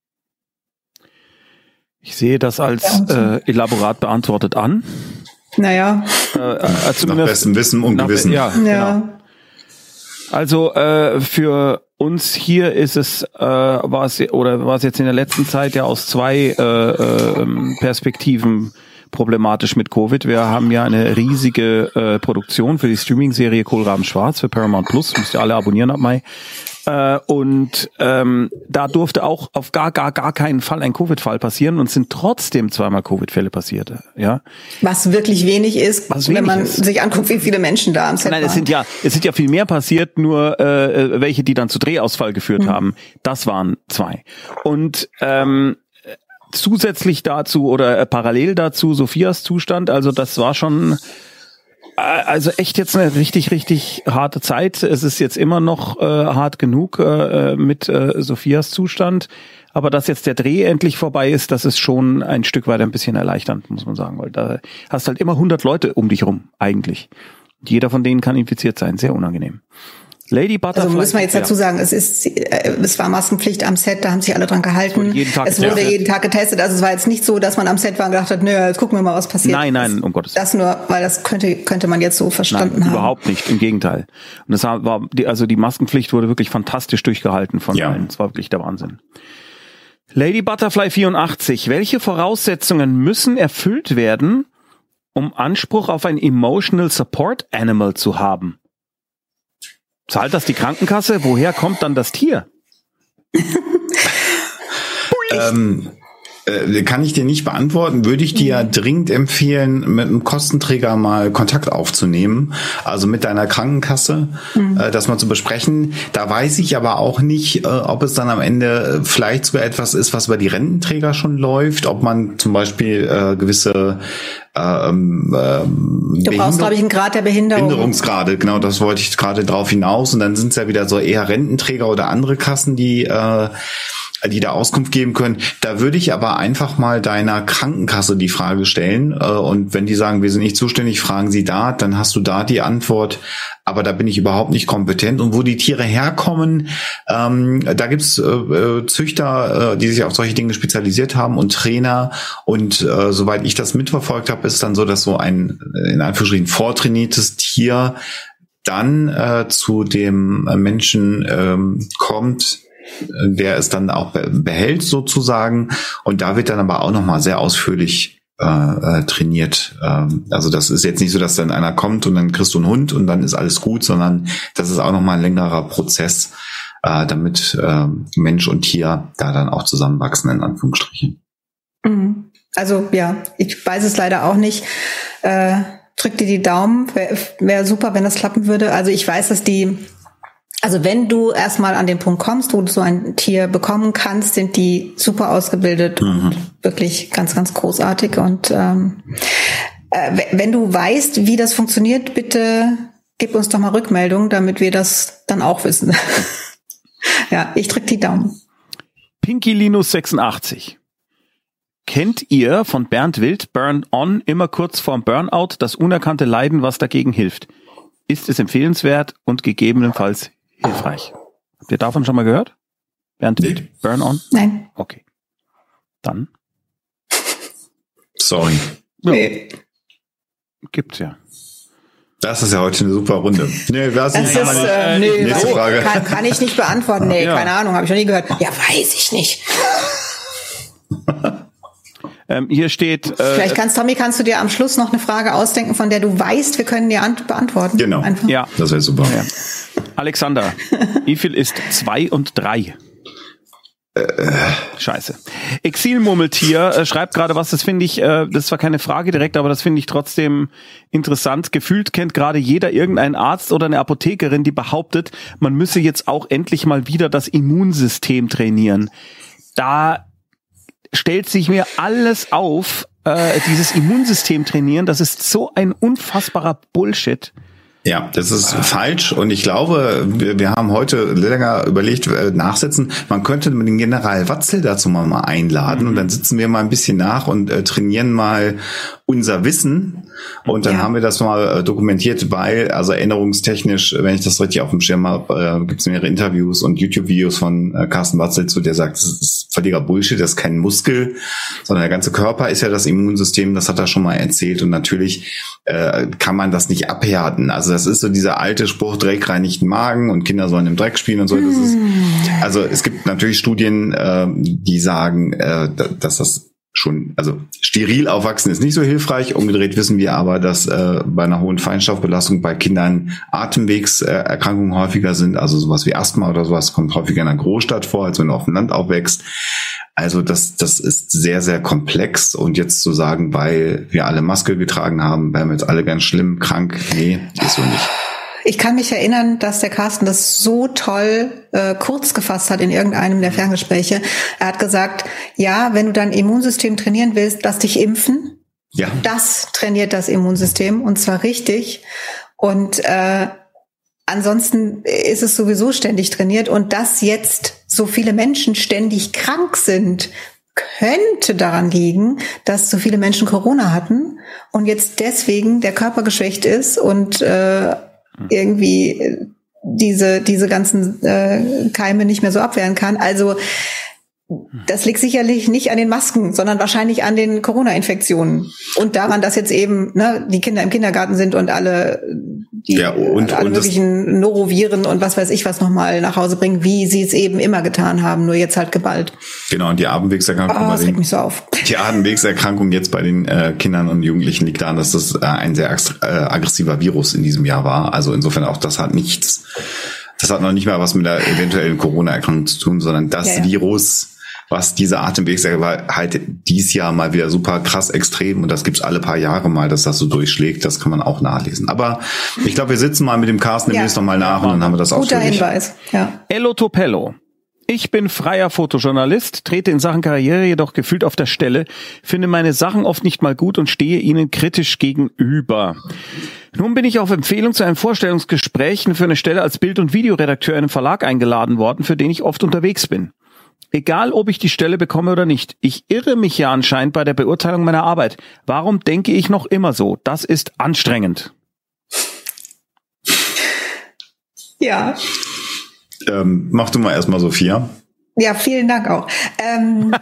Ich sehe das als äh, elaborat beantwortet an. Naja. Äh, nach bestem Wissen und Gewissen. Ja, ja. Genau. Also äh, für uns hier ist es, äh, war es oder war es jetzt in der letzten Zeit ja aus zwei äh, äh, Perspektiven problematisch mit Covid. Wir haben ja eine riesige äh, Produktion für die Streaming-Serie Kohlraben Schwarz für Paramount Plus. Müsst ihr alle abonnieren ab Mai. Äh, und ähm, da durfte auch auf gar, gar, gar keinen Fall ein Covid-Fall passieren und sind trotzdem zweimal Covid-Fälle passiert. Ja. Was wirklich wenig ist, Was wenn wenig man ist. sich anguckt, wie viele Menschen da am Set Nein, waren. es sind ja, es sind ja viel mehr passiert, nur äh, welche, die dann zu Drehausfall geführt mhm. haben. Das waren zwei. Und ähm, zusätzlich dazu oder äh, parallel dazu Sophias Zustand, also das war schon also echt jetzt eine richtig, richtig harte Zeit. Es ist jetzt immer noch äh, hart genug äh, mit äh, Sophias Zustand. Aber dass jetzt der Dreh endlich vorbei ist, das ist schon ein Stück weit ein bisschen erleichternd, muss man sagen. Weil da hast halt immer hundert Leute um dich rum, eigentlich. Jeder von denen kann infiziert sein. Sehr unangenehm. Lady Butterfly. Also muss man jetzt dazu sagen, es ist, es war Maskenpflicht am Set, da haben sich alle dran gehalten. Es wurde jeden Tag, es wurde jeden Tag getestet. Also es war jetzt nicht so, dass man am Set war und gedacht hat, nö, jetzt gucken wir mal, was passiert. Nein, nein, um Gottes Willen. Das nur, weil das könnte, könnte man jetzt so verstanden nein, haben. Überhaupt nicht, im Gegenteil. Und das war, die, also die Maskenpflicht wurde wirklich fantastisch durchgehalten von ja. allen. Das war wirklich der Wahnsinn. Lady Butterfly vierundachtzig. Welche Voraussetzungen müssen erfüllt werden, um Anspruch auf ein Emotional Support Animal zu haben? Zahlt das die Krankenkasse? Woher kommt dann das Tier? ähm, Äh, kann ich dir nicht beantworten, würde ich dir ja dringend empfehlen, mit einem Kostenträger mal Kontakt aufzunehmen, also mit deiner Krankenkasse, mhm. äh, das mal zu besprechen. Da weiß ich aber auch nicht, äh, ob es dann am Ende vielleicht sogar etwas ist, was über die Rententräger schon läuft, ob man zum Beispiel äh, gewisse ähm, ähm, Du brauchst, glaube ich, einen Grad der Behinderung. Behinderungsgrade, genau, das wollte ich gerade drauf hinaus. Und dann sind es ja wieder so eher Rententräger oder andere Kassen, die äh, die da Auskunft geben können. Da würde ich aber einfach mal deiner Krankenkasse die Frage stellen. Äh, und wenn die sagen, wir sind nicht zuständig, fragen sie da, dann hast du da die Antwort. Aber da bin ich überhaupt nicht kompetent. Und wo die Tiere herkommen, ähm, da gibt's äh, Züchter, äh, die sich auf solche Dinge spezialisiert haben und Trainer. Und äh, soweit ich das mitverfolgt habe, ist dann so, dass so ein in Anführungsstrichen vortrainiertes Tier dann äh, zu dem Menschen ähm, kommt, der es dann auch behält sozusagen. Und da wird dann aber auch nochmal sehr ausführlich äh, äh, trainiert. Ähm, also das ist jetzt nicht so, dass dann einer kommt und dann kriegst du einen Hund und dann ist alles gut, sondern das ist auch nochmal ein längerer Prozess, äh, damit äh, Mensch und Tier da dann auch zusammenwachsen, in Anführungsstrichen. Also ja, ich weiß es leider auch nicht. Äh, drück dir die Daumen. Wäre wär super, wenn das klappen würde. Also ich weiß, dass die Also wenn du erstmal an den Punkt kommst, wo du so ein Tier bekommen kannst, sind die super ausgebildet mhm. und wirklich ganz, ganz großartig. Und ähm, äh, wenn du weißt, wie das funktioniert, bitte gib uns doch mal Rückmeldung, damit wir das dann auch wissen. Ja, ich drück die Daumen. Pinky Linus sechsundachtzig. Kennt ihr von Bernd Wild Burn On immer kurz vorm Burnout das unerkannte Leiden, was dagegen hilft? Ist es empfehlenswert und gegebenenfalls hilfreich? Habt ihr davon schon mal gehört? Bernd Wild, nee. Burn On? Nein. Okay. Dann? Sorry. Ja. Nee. Gibt's ja. Das ist ja heute eine super Runde. Nee, das das ist, ist äh, nee, nächste Frage. Kann, kann ich nicht beantworten. Nee, ja. Keine Ahnung, habe ich noch nie gehört. Ja, weiß ich nicht. ähm, hier steht... Äh, Vielleicht kannst, Tommy, kannst du dir am Schluss noch eine Frage ausdenken, von der du weißt, wir können dir an- beantworten. Genau, Einfach. Ja. Das wäre super. Ja. Alexander, wie viel ist zwei und drei? Äh. Scheiße. Exilmurmeltier äh, schreibt gerade was, das finde ich, äh, das ist zwar keine Frage direkt, aber das finde ich trotzdem interessant. Gefühlt kennt gerade jeder irgendeinen Arzt oder eine Apothekerin, die behauptet, man müsse jetzt auch endlich mal wieder das Immunsystem trainieren. Da stellt sich mir alles auf, äh, dieses Immunsystem trainieren, das ist so ein unfassbarer Bullshit. Ja, das ist falsch und ich glaube, wir, wir haben heute länger überlegt, äh, nachsetzen, man könnte den General Watzel dazu mal, mal einladen mhm. und dann sitzen wir mal ein bisschen nach und äh, trainieren mal unser Wissen und dann ja. haben wir das mal äh, dokumentiert, weil, also erinnerungstechnisch, wenn ich das richtig auf dem Schirm habe, äh, gibt es mehrere Interviews und YouTube-Videos von äh, Carsten Watzel zu, der sagt, das ist völliger Bullshit, das ist kein Muskel, sondern der ganze Körper ist ja das Immunsystem, das hat er schon mal erzählt und natürlich äh, kann man das nicht abhärten. Also das ist so dieser alte Spruch, Dreck reinigt den Magen und Kinder sollen im Dreck spielen und so. Das ist, also es gibt natürlich Studien, äh, die sagen, äh, dass das schon, also steril aufwachsen ist nicht so hilfreich. Umgedreht wissen wir aber, dass äh, bei einer hohen Feinstaubbelastung bei Kindern Atemwegserkrankungen häufiger sind. Also sowas wie Asthma oder sowas kommt häufiger in einer Großstadt vor, als wenn du auf dem Land aufwächst. Also das, das ist sehr, sehr komplex. Und jetzt zu sagen, weil wir alle Maske getragen haben, wären wir jetzt alle ganz schlimm krank. Nee, ist so nicht. Ich kann mich erinnern, dass der Carsten das so toll äh, kurz gefasst hat in irgendeinem der Ferngespräche. Er hat gesagt, ja, wenn du dein Immunsystem trainieren willst, lass dich impfen. Ja. Das trainiert das Immunsystem und zwar richtig. Und äh, ansonsten ist es sowieso ständig trainiert. Und dass jetzt so viele Menschen ständig krank sind, könnte daran liegen, dass so viele Menschen Corona hatten und jetzt deswegen der Körper geschwächt ist und äh, irgendwie diese diese ganzen äh, Keime nicht mehr so abwehren kann. Also das liegt sicherlich nicht an den Masken, sondern wahrscheinlich an den Corona-Infektionen und daran, dass jetzt eben ne, die Kinder im Kindergarten sind und alle die ja, und, alle und möglichen Noroviren und was weiß ich was nochmal nach Hause bringen, wie sie es eben immer getan haben, nur jetzt halt geballt. Genau, und die Atemwegserkrankung oh, bei das den, regt mich so auf. Die Atemwegserkrankung jetzt bei den äh, Kindern und Jugendlichen liegt daran, dass das äh, ein sehr äh, aggressiver Virus in diesem Jahr war. Also insofern auch das hat nichts, das hat noch nicht mal was mit der eventuellen Corona-Erkrankung zu tun, sondern das ja, ja. Virus was diese Atemwegssache war, halt dies Jahr mal wieder super krass extrem und das gibt's alle paar Jahre mal, dass das so durchschlägt. Das kann man auch nachlesen. Aber ich glaube, wir sitzen mal mit dem Carsten demnächst ja. noch mal nach und dann haben wir das auch. Guter Hinweis, ja. Ello Topello. Ich bin freier Fotojournalist, trete in Sachen Karriere jedoch gefühlt auf der Stelle, finde meine Sachen oft nicht mal gut und stehe ihnen kritisch gegenüber. Nun bin ich auf Empfehlung zu einem Vorstellungsgespräch für eine Stelle als Bild- und Videoredakteur in einem Verlag eingeladen worden, für den ich oft unterwegs bin. Egal, ob ich die Stelle bekomme oder nicht, ich irre mich ja anscheinend bei der Beurteilung meiner Arbeit. Warum denke ich noch immer so? Das ist anstrengend. Ja. Ähm, mach du mal erstmal, Sophia. Ja, vielen Dank auch. Ähm,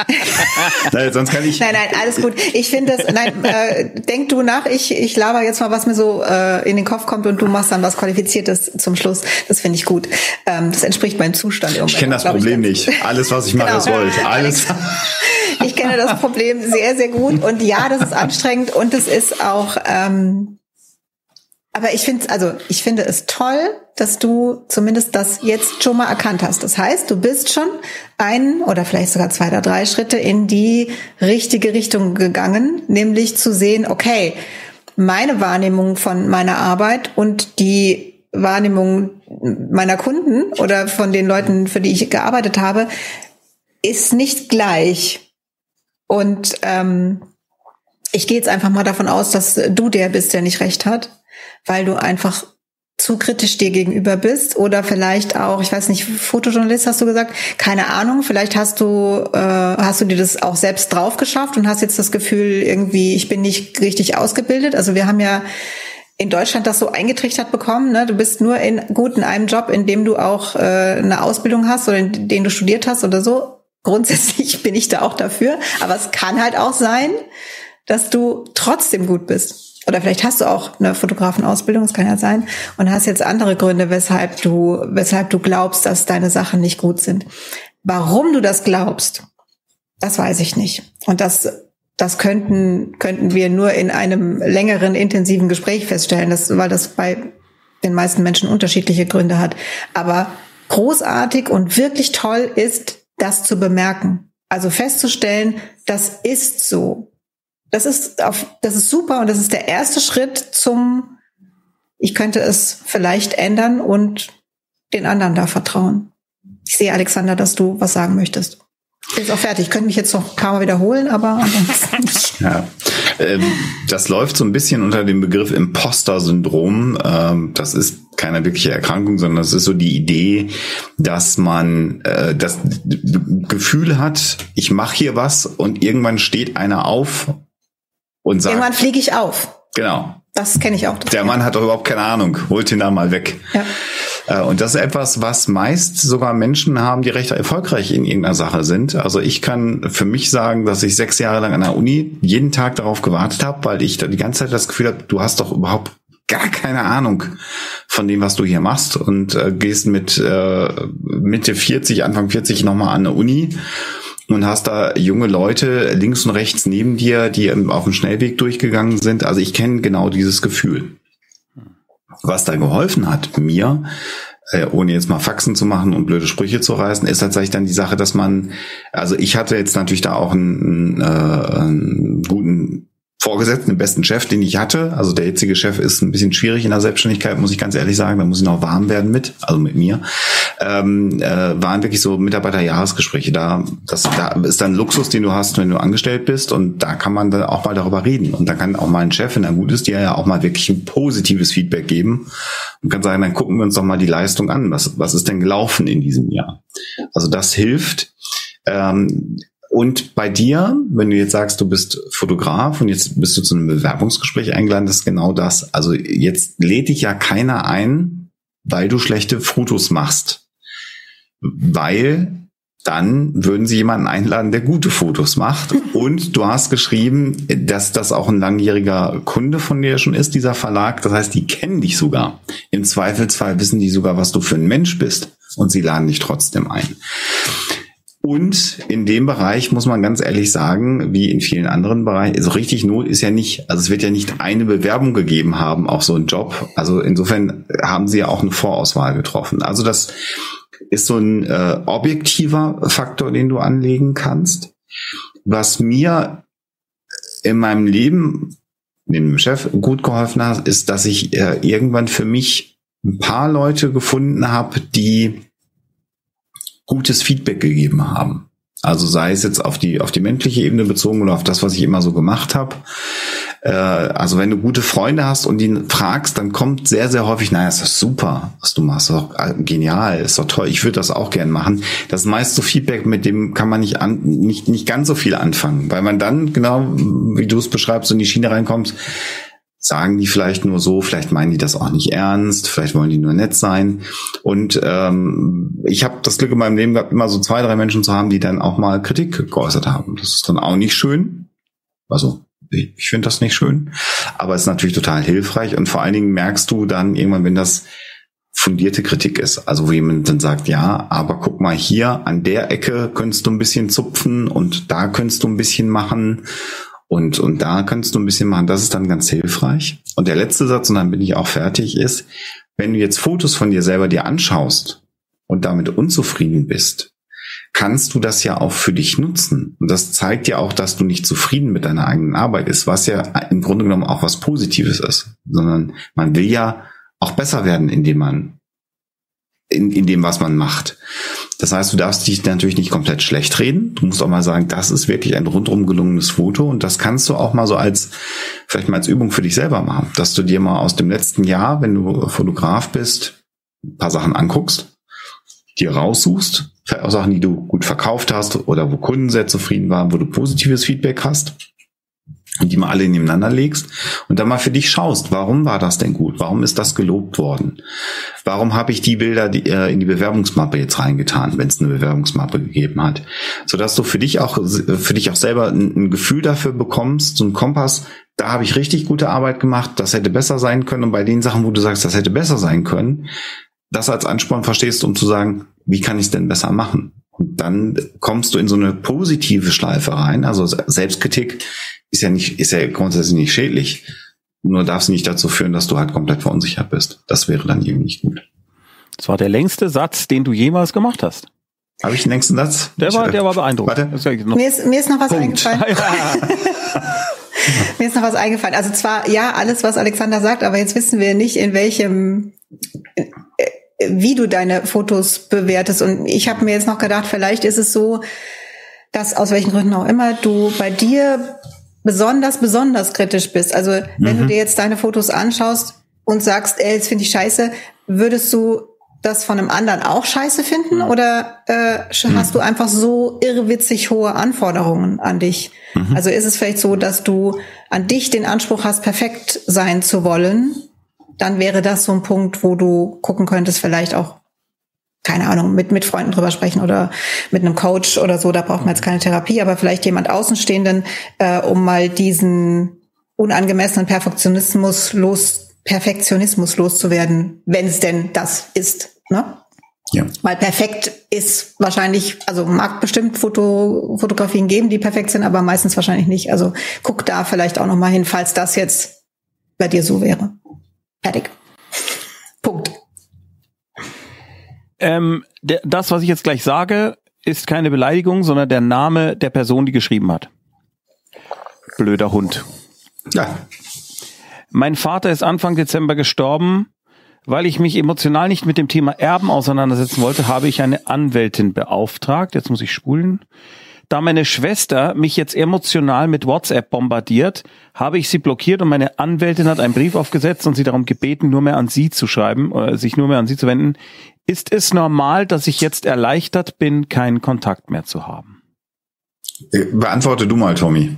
nein, sonst kann ich. Nein, nein, alles gut. Ich finde das, nein, äh, denk du nach, ich, ich laber jetzt mal, was mir so äh, in den Kopf kommt und du machst dann was Qualifiziertes zum Schluss. Das finde ich gut. Ähm, das entspricht meinem Zustand im Moment. Ich kenne das Problem nicht. Alles, was ich mache, ist Gold. Alles. Ich kenne das Problem sehr, sehr gut und ja, das ist anstrengend und es ist auch, ähm, aber ich finde, also ich finde es toll, dass du zumindest das jetzt schon mal erkannt hast. Das heißt, du bist schon ein oder vielleicht sogar zwei oder drei Schritte in die richtige Richtung gegangen, nämlich zu sehen, okay, meine Wahrnehmung von meiner Arbeit und die Wahrnehmung meiner Kunden oder von den Leuten, für die ich gearbeitet habe, ist nicht gleich. Und ähm, ich gehe jetzt einfach mal davon aus, dass du der bist, der nicht recht hat, weil du einfach zu kritisch dir gegenüber bist oder vielleicht auch, ich weiß nicht, Fotojournalist hast du gesagt, keine Ahnung, vielleicht hast du äh, hast du dir das auch selbst drauf geschafft und hast jetzt das Gefühl irgendwie, ich bin nicht richtig ausgebildet. Also wir haben ja in Deutschland das so eingetrichtert bekommen, ne? Du bist nur in gut in einem Job, in dem du auch äh, eine Ausbildung hast oder in dem du studiert hast oder so. Grundsätzlich bin ich da auch dafür, aber es kann halt auch sein, dass du trotzdem gut bist. Oder vielleicht hast du auch eine Fotografenausbildung, das kann ja sein, und hast jetzt andere Gründe, weshalb du, weshalb du glaubst, dass deine Sachen nicht gut sind. Warum du das glaubst, das weiß ich nicht. Und das, das könnten, könnten wir nur in einem längeren, intensiven Gespräch feststellen, das, weil das bei den meisten Menschen unterschiedliche Gründe hat. Aber großartig und wirklich toll ist, das zu bemerken. Also festzustellen, das ist so. Das ist auf, das ist super und das ist der erste Schritt zum, ich könnte es vielleicht ändern und den anderen da vertrauen. Ich sehe, Alexander, dass du was sagen möchtest. Ist auch fertig. Ich könnte mich jetzt noch ein paar Mal wiederholen, aber ansonsten nicht. Ja, ähm, das läuft so ein bisschen unter dem Begriff Imposter-Syndrom. Ähm, das ist keine wirkliche Erkrankung, sondern das ist so die Idee, dass man äh, das Gefühl hat, ich mache hier was und irgendwann steht einer auf und sagt, irgendwann fliege ich auf. Genau. Das kenne ich auch. Der Mann hat doch überhaupt keine Ahnung. Holt ihn da mal weg. Ja. Und das ist etwas, was meist sogar Menschen haben, die recht erfolgreich in irgendeiner Sache sind. Also ich kann für mich sagen, dass ich sechs Jahre lang an der Uni jeden Tag darauf gewartet habe, weil ich da die ganze Zeit das Gefühl habe, du hast doch überhaupt gar keine Ahnung von dem, was du hier machst und äh, gehst mit äh, Mitte vierzig, Anfang vierzig nochmal an eine Uni und hast da junge Leute links und rechts neben dir, die auf dem Schnellweg durchgegangen sind. Also ich kenne genau dieses Gefühl. Was da geholfen hat mir, äh, ohne jetzt mal Faxen zu machen und blöde Sprüche zu reißen, ist tatsächlich dann die Sache, dass man, also ich hatte jetzt natürlich da auch einen, äh, einen guten Vorgesetzten, den besten Chef, den ich hatte. Also der jetzige Chef ist ein bisschen schwierig in der Selbstständigkeit, muss ich ganz ehrlich sagen. Da muss ich noch warm werden mit, also mit mir. Ähm, äh, waren wirklich so Mitarbeiterjahresgespräche. Da, das, da ist dann Luxus, den du hast, wenn du angestellt bist. Und da kann man dann auch mal darüber reden. Und da kann auch mal ein Chef, wenn er gut ist, dir ja auch mal wirklich ein positives Feedback geben und kann sagen, dann gucken wir uns doch mal die Leistung an. Was, was ist denn gelaufen in diesem Jahr? Also das hilft. Ähm, Und bei dir, wenn du jetzt sagst, du bist Fotograf und jetzt bist du zu einem Bewerbungsgespräch eingeladen, das ist genau das. Also jetzt lädt dich ja keiner ein, weil du schlechte Fotos machst. Weil dann würden sie jemanden einladen, der gute Fotos macht. Und du hast geschrieben, dass das auch ein langjähriger Kunde von dir schon ist, dieser Verlag. Das heißt, die kennen dich sogar. Im Zweifelsfall wissen die sogar, was du für ein Mensch bist. Und sie laden dich trotzdem ein. Und in dem Bereich muss man ganz ehrlich sagen, wie in vielen anderen Bereichen, so richtig Not ist ja nicht, also es wird ja nicht eine Bewerbung gegeben haben auf so einen Job. Also insofern haben sie ja auch eine Vorauswahl getroffen. Also das ist so ein äh, objektiver Faktor, den du anlegen kannst. Was mir in meinem Leben, dem Chef, gut geholfen hat, ist, dass ich äh, irgendwann für mich ein paar Leute gefunden habe, die gutes Feedback gegeben haben. Also sei es jetzt auf die auf die menschliche Ebene bezogen oder auf das, was ich immer so gemacht habe. Äh, also wenn du gute Freunde hast und die fragst, dann kommt sehr, sehr häufig, naja, ist das super, was du machst, ist doch genial, ist doch toll, ich würde das auch gern machen. Das ist meist so Feedback, mit dem kann man nicht an, nicht nicht ganz so viel anfangen, weil man dann, genau wie du es beschreibst, in die Schiene reinkommt, sagen die vielleicht nur so, vielleicht meinen die das auch nicht ernst, vielleicht wollen die nur nett sein. Und ähm, ich habe das Glück in meinem Leben gehabt, immer so zwei, drei Menschen zu haben, die dann auch mal Kritik geäußert haben. Das ist dann auch nicht schön. Also ich, ich finde das nicht schön, aber es ist natürlich total hilfreich. Und vor allen Dingen merkst du dann irgendwann, wenn das fundierte Kritik ist, also wo jemand dann sagt, ja, aber guck mal hier, an der Ecke könntest du ein bisschen zupfen und da könntest du ein bisschen machen. Und, und da kannst du ein bisschen machen, das ist dann ganz hilfreich. Und der letzte Satz, und dann bin ich auch fertig, ist, wenn du jetzt Fotos von dir selber dir anschaust und damit unzufrieden bist, kannst du das ja auch für dich nutzen. Und das zeigt ja auch, dass du nicht zufrieden mit deiner eigenen Arbeit bist, was ja im Grunde genommen auch was Positives ist. Sondern man will ja auch besser werden, indem man In, in dem, was man macht. Das heißt, du darfst dich natürlich nicht komplett schlecht reden. Du musst auch mal sagen, das ist wirklich ein rundum gelungenes Foto und das kannst du auch mal so als, vielleicht mal als Übung für dich selber machen, dass du dir mal aus dem letzten Jahr, wenn du Fotograf bist, ein paar Sachen anguckst, dir raussuchst, vielleicht auch Sachen, die du gut verkauft hast oder wo Kunden sehr zufrieden waren, wo du positives Feedback hast. Und die mal alle nebeneinander legst und dann mal für dich schaust, warum war das denn gut? Warum ist das gelobt worden? Warum habe ich die Bilder die, äh, in die Bewerbungsmappe jetzt reingetan, wenn es eine Bewerbungsmappe gegeben hat? Sodass du für dich auch für dich auch selber ein, ein Gefühl dafür bekommst, so einen Kompass, da habe ich richtig gute Arbeit gemacht, das hätte besser sein können. Und bei den Sachen, wo du sagst, das hätte besser sein können, das als Ansporn verstehst, um zu sagen, wie kann ich es denn besser machen? Und dann kommst du in so eine positive Schleife rein. Also Selbstkritik ist ja nicht, ist ja grundsätzlich nicht schädlich. Nur darf sie nicht dazu führen, dass du halt komplett verunsichert bist. Das wäre dann eben nicht gut. Das war der längste Satz, den du jemals gemacht hast. Habe ich den längsten Satz? Der war, der war beeindruckend. Warte. Mir ist, mir ist noch was Punkt. eingefallen. Mir ist noch was eingefallen. Also zwar, ja, alles, was Alexander sagt, aber jetzt wissen wir nicht, in welchem, wie du deine Fotos bewertest. Und ich habe mir jetzt noch gedacht, vielleicht ist es so, dass aus welchen Gründen auch immer du bei dir besonders, besonders kritisch bist. Also wenn mhm. du dir jetzt deine Fotos anschaust und sagst, ey, das finde ich scheiße, würdest du das von einem anderen auch scheiße finden? Oder äh, mhm. hast du einfach so irrwitzig hohe Anforderungen an dich? Mhm. Also ist es vielleicht so, dass du an dich den Anspruch hast, perfekt sein zu wollen? Dann wäre das so ein Punkt, wo du gucken könntest, vielleicht auch, keine Ahnung, mit mit Freunden drüber sprechen oder mit einem Coach oder so, da braucht man jetzt keine Therapie, aber vielleicht jemand Außenstehenden, äh, um mal diesen unangemessenen Perfektionismus los, Perfektionismus loszuwerden, wenn es denn das ist, ne? Ja. Weil perfekt ist wahrscheinlich, also mag bestimmt Foto, Fotografien geben, die perfekt sind, aber meistens wahrscheinlich nicht. Also guck da vielleicht auch noch mal hin, falls das jetzt bei dir so wäre. Fertig. Punkt. Ähm, der, das, was ich jetzt gleich sage, ist keine Beleidigung, sondern der Name der Person, die geschrieben hat. Blöder Hund. Ja. Mein Vater ist Anfang Dezember gestorben. Weil ich mich emotional nicht mit dem Thema Erben auseinandersetzen wollte, habe ich eine Anwältin beauftragt. Jetzt muss ich spulen. Da meine Schwester mich jetzt emotional mit WhatsApp bombardiert, habe ich sie blockiert und meine Anwältin hat einen Brief aufgesetzt und sie darum gebeten, nur mehr an sie zu schreiben, oder sich nur mehr an sie zu wenden. Ist es normal, dass ich jetzt erleichtert bin, keinen Kontakt mehr zu haben? Beantworte du mal, Tommy.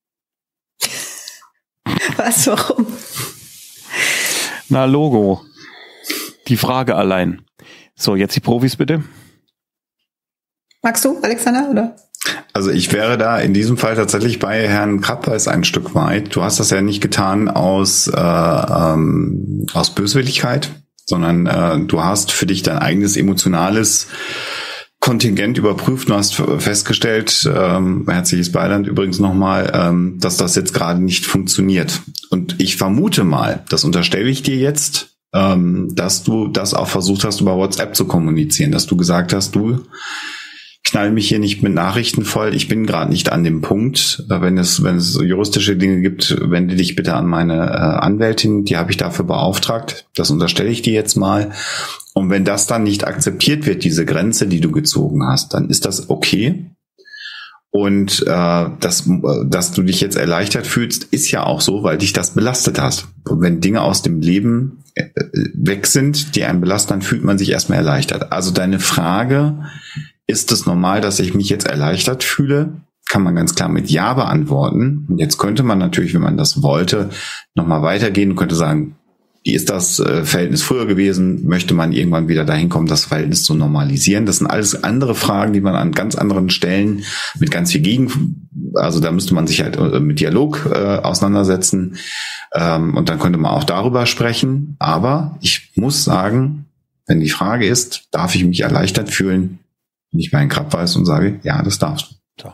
Was, warum? Na, Logo. Die Frage allein. So, jetzt die Profis bitte. Magst du, Alexander, oder? Also ich wäre da in diesem Fall tatsächlich bei Herrn Krabbeis ein Stück weit. Du hast das ja nicht getan aus, äh, ähm, aus Böswilligkeit, sondern äh, du hast für dich dein eigenes emotionales Kontingent überprüft und hast festgestellt, ähm, herzliches Beileid übrigens nochmal, ähm, dass das jetzt gerade nicht funktioniert. Und ich vermute mal, das unterstelle ich dir jetzt, ähm, dass du das auch versucht hast, über WhatsApp zu kommunizieren, dass du gesagt hast, du knall mich hier nicht mit Nachrichten voll, ich bin gerade nicht an dem Punkt. Wenn es wenn es juristische Dinge gibt, wende dich bitte an meine äh, Anwältin, die habe ich dafür beauftragt. Das unterstelle ich dir jetzt mal. Und wenn das dann nicht akzeptiert wird, diese Grenze, die du gezogen hast, dann ist das okay. Und äh, dass, dass du dich jetzt erleichtert fühlst, ist ja auch so, weil dich das belastet hast. Und wenn Dinge aus dem Leben äh, weg sind, die einen belasten, dann fühlt man sich erstmal erleichtert. Also deine Frage, ist es normal, dass ich mich jetzt erleichtert fühle? Kann man ganz klar mit Ja beantworten. Und jetzt könnte man natürlich, wenn man das wollte, nochmal weitergehen und könnte sagen, wie ist das äh, Verhältnis früher gewesen? Möchte man irgendwann wieder dahin kommen, das Verhältnis zu normalisieren? Das sind alles andere Fragen, die man an ganz anderen Stellen mit ganz viel Gegen, also da müsste man sich halt äh, mit Dialog äh, auseinandersetzen. Ähm, und dann könnte man auch darüber sprechen. Aber ich muss sagen, wenn die Frage ist, darf ich mich erleichtert fühlen, wenn ich meinen Krab weiß und sage, ja, das darfst du.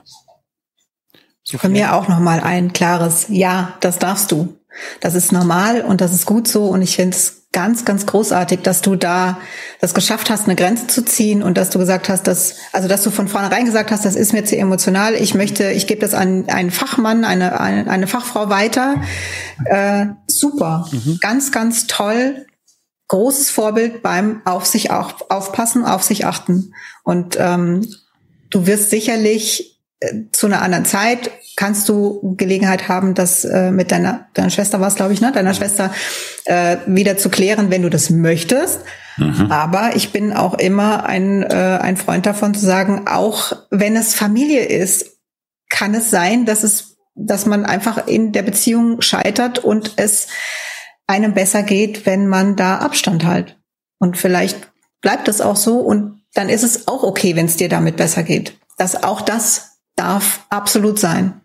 So. Von mir auch nochmal ein klares Ja, das darfst du. Das ist normal und das ist gut so und ich finde es ganz, ganz großartig, dass du da das geschafft hast, eine Grenze zu ziehen und dass du gesagt hast, dass, also dass du von vornherein gesagt hast, das ist mir zu emotional, ich möchte, ich gebe das an einen Fachmann, eine, eine, eine Fachfrau weiter. Äh, super, mhm. Ganz, ganz toll. Großes Vorbild beim auf sich auch aufpassen, auf sich achten. Und ähm, du wirst sicherlich äh, zu einer anderen Zeit kannst du Gelegenheit haben, das äh, mit deiner deiner Schwester war es, glaube ich, ne, deiner Schwester äh, wieder zu klären, wenn du das möchtest. Mhm. Aber ich bin auch immer ein äh, ein Freund davon zu sagen, auch wenn es Familie ist, kann es sein, dass es dass man einfach in der Beziehung scheitert und es einem besser geht, wenn man da Abstand hält. Und vielleicht bleibt es auch so und dann ist es auch okay, wenn es dir damit besser geht. Das, auch das darf absolut sein.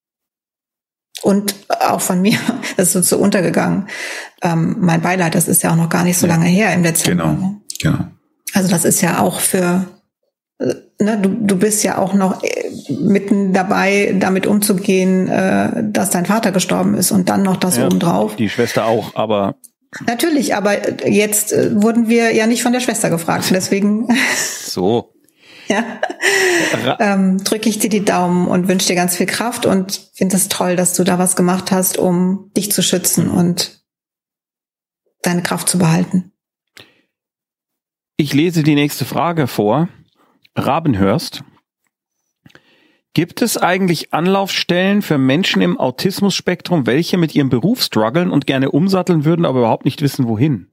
Und auch von mir, das ist so untergegangen. Ähm, mein Beileid, das ist ja auch noch gar nicht so lange her im Dezember. Genau, genau. Also das ist ja auch für, ne, du, du bist ja auch noch mitten dabei, damit umzugehen, äh, dass dein Vater gestorben ist und dann noch das ja, obendrauf. Die Schwester auch, aber... Natürlich, aber jetzt äh, wurden wir ja nicht von der Schwester gefragt, deswegen... So. Ja, ähm, drücke ich dir die Daumen und wünsche dir ganz viel Kraft und finde es toll, dass du da was gemacht hast, um dich zu schützen und deine Kraft zu behalten. Ich lese die nächste Frage vor. Rabenhörst. Gibt es eigentlich Anlaufstellen für Menschen im Autismus-Spektrum, welche mit ihrem Beruf strugglen und gerne umsatteln würden, aber überhaupt nicht wissen, wohin?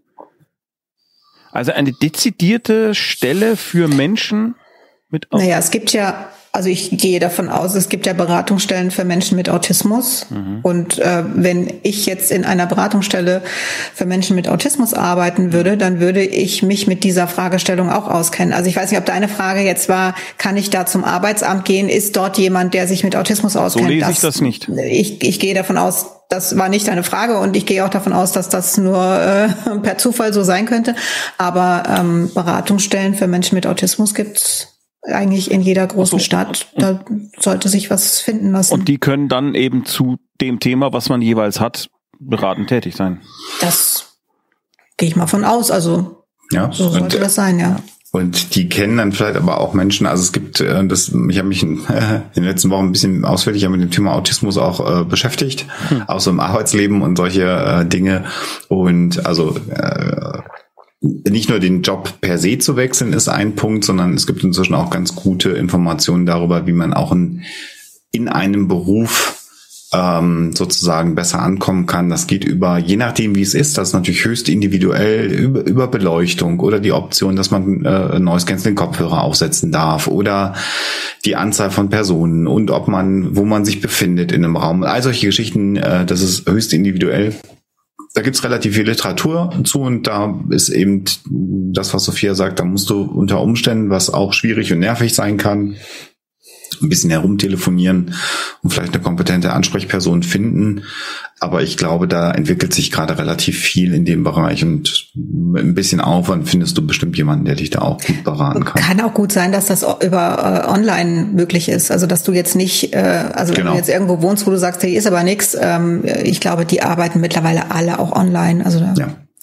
Also eine dezidierte Stelle für Menschen mit Autismus? Naja, es gibt ja, also ich gehe davon aus, es gibt ja Beratungsstellen für Menschen mit Autismus. Mhm. Und äh, wenn ich jetzt in einer Beratungsstelle für Menschen mit Autismus arbeiten würde, dann würde ich mich mit dieser Fragestellung auch auskennen. Also ich weiß nicht, ob deine Frage jetzt war, kann ich da zum Arbeitsamt gehen? Ist dort jemand, der sich mit Autismus auskennt? So lese das, ich das nicht. Ich, ich gehe davon aus, das war nicht deine Frage und ich gehe auch davon aus, dass das nur äh, per Zufall so sein könnte. Aber ähm, Beratungsstellen für Menschen mit Autismus gibt's eigentlich in jeder großen so. Stadt. Da sollte sich was finden lassen. Und die können dann eben zu dem Thema, was man jeweils hat, beratend tätig sein. Das gehe ich mal von aus. Also ja, so sollte und, das sein, ja. Und die kennen dann vielleicht aber auch Menschen, also es gibt, äh, das, ich habe mich in, äh, in den letzten Wochen ein bisschen ausführlicher mit dem Thema Autismus auch äh, beschäftigt, hm. auch so im Arbeitsleben und solche äh, Dinge. Und also äh, nicht nur den Job per se zu wechseln ist ein Punkt, sondern es gibt inzwischen auch ganz gute Informationen darüber, wie man auch in, in einem Beruf ähm, sozusagen besser ankommen kann. Das geht über, je nachdem wie es ist, das ist natürlich höchst individuell, über, über Beleuchtung oder die Option, dass man äh, Noise Cancelling Kopfhörer aufsetzen darf oder die Anzahl von Personen und ob man, wo man sich befindet in einem Raum. All solche Geschichten, äh, das ist höchst individuell. Da gibt's relativ viel Literatur zu und da ist eben das, was Sophia sagt, da musst du unter Umständen, was auch schwierig und nervig sein kann, ein bisschen herumtelefonieren und vielleicht eine kompetente Ansprechperson finden. Aber ich glaube, da entwickelt sich gerade relativ viel in dem Bereich und mit ein bisschen Aufwand findest du bestimmt jemanden, der dich da auch gut beraten kann. Kann auch gut sein, dass das über äh, online möglich ist. Also dass du jetzt nicht, äh, also genau. Wenn du jetzt irgendwo wohnst, wo du sagst, hier ist aber nichts. Ähm, ich glaube, die arbeiten mittlerweile alle auch online. Also da ja.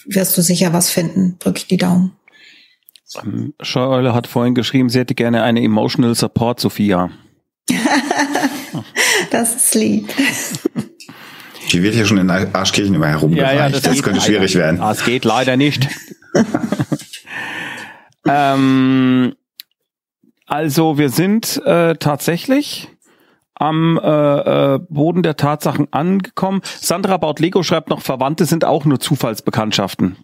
wirst du sicher was finden. Drück ich die Daumen. Ähm, Scheueule hat vorhin geschrieben, sie hätte gerne eine Emotional Support, Sophia. Das ist lieb. Die wird hier schon in Arschkirchen immer herumgereicht. Ja, ja, das, das könnte schwierig leider, werden. Das geht leider nicht. ähm, also wir sind äh, tatsächlich am äh, äh, Boden der Tatsachen angekommen. Sandra baut Lego schreibt noch, Verwandte sind auch nur Zufallsbekanntschaften.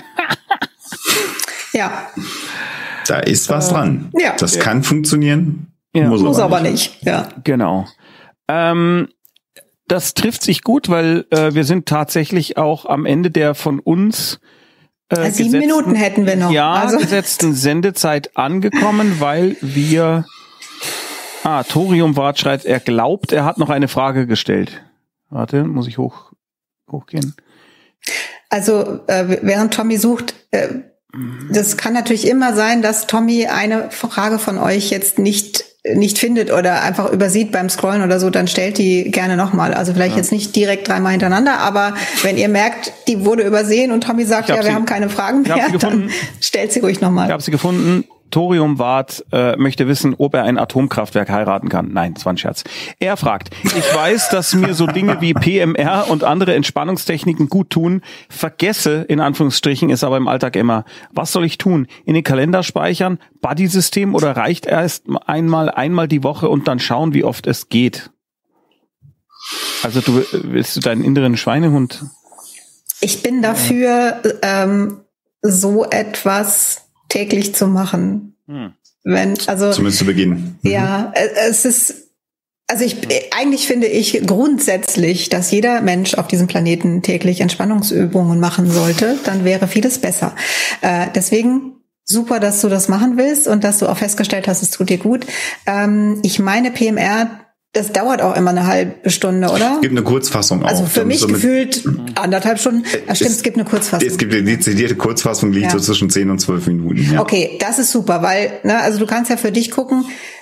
Ja. Da ist was äh, dran. Ja. Das ja. kann funktionieren, ja. muss, muss aber nicht. nicht. Ja. Genau. Ähm, das trifft sich gut, weil äh, wir sind tatsächlich auch am Ende der von uns äh, sieben gesetzten, Minuten hätten wir noch. Ja, also. gesetzten Sendezeit angekommen, weil wir Ah, Thoriumwart schreibt, er glaubt, er hat noch eine Frage gestellt. Warte, muss ich hoch hochgehen? Also, äh, während Tommy sucht, äh, das kann natürlich immer sein, dass Tommy eine Frage von euch jetzt nicht nicht findet oder einfach übersieht beim Scrollen oder so, dann stellt die gerne nochmal. Also vielleicht ja. jetzt nicht direkt dreimal hintereinander, aber wenn ihr merkt, die wurde übersehen und Tommy sagt, ja, wir sie, haben keine Fragen mehr, dann stellt sie ruhig nochmal. Ich habe sie gefunden. Thoriumwart äh, möchte wissen, ob er ein Atomkraftwerk heiraten kann. Nein, das war ein Scherz. Er fragt, ich weiß, dass mir so Dinge wie P M R und andere Entspannungstechniken gut tun, vergesse, in Anführungsstrichen, ist aber im Alltag immer, was soll ich tun? In den Kalender speichern, Buddy-System oder reicht erst einmal, einmal die Woche und dann schauen, wie oft es geht? Also du willst du deinen inneren Schweinehund? Ich bin dafür, ähm, so etwas täglich zu machen. Hm. Wenn, also. Zumindest zu Beginn. Mhm. Ja, es ist, also ich, eigentlich finde ich grundsätzlich, dass jeder Mensch auf diesem Planeten täglich Entspannungsübungen machen sollte, dann wäre vieles besser. Äh, deswegen super, dass du das machen willst und dass du auch festgestellt hast, es tut dir gut. Ähm, ich meine P M R, das dauert auch immer eine halbe Stunde, oder? Es gibt eine Kurzfassung auch. Also für mich so gefühlt anderthalb Stunden. Ach, stimmt, es, es gibt eine Kurzfassung. Es gibt eine dezidierte Kurzfassung, die liegt ja so zwischen zehn und zwölf Minuten. Ja. Okay, das ist super, weil, ne, also du kannst ja für dich gucken,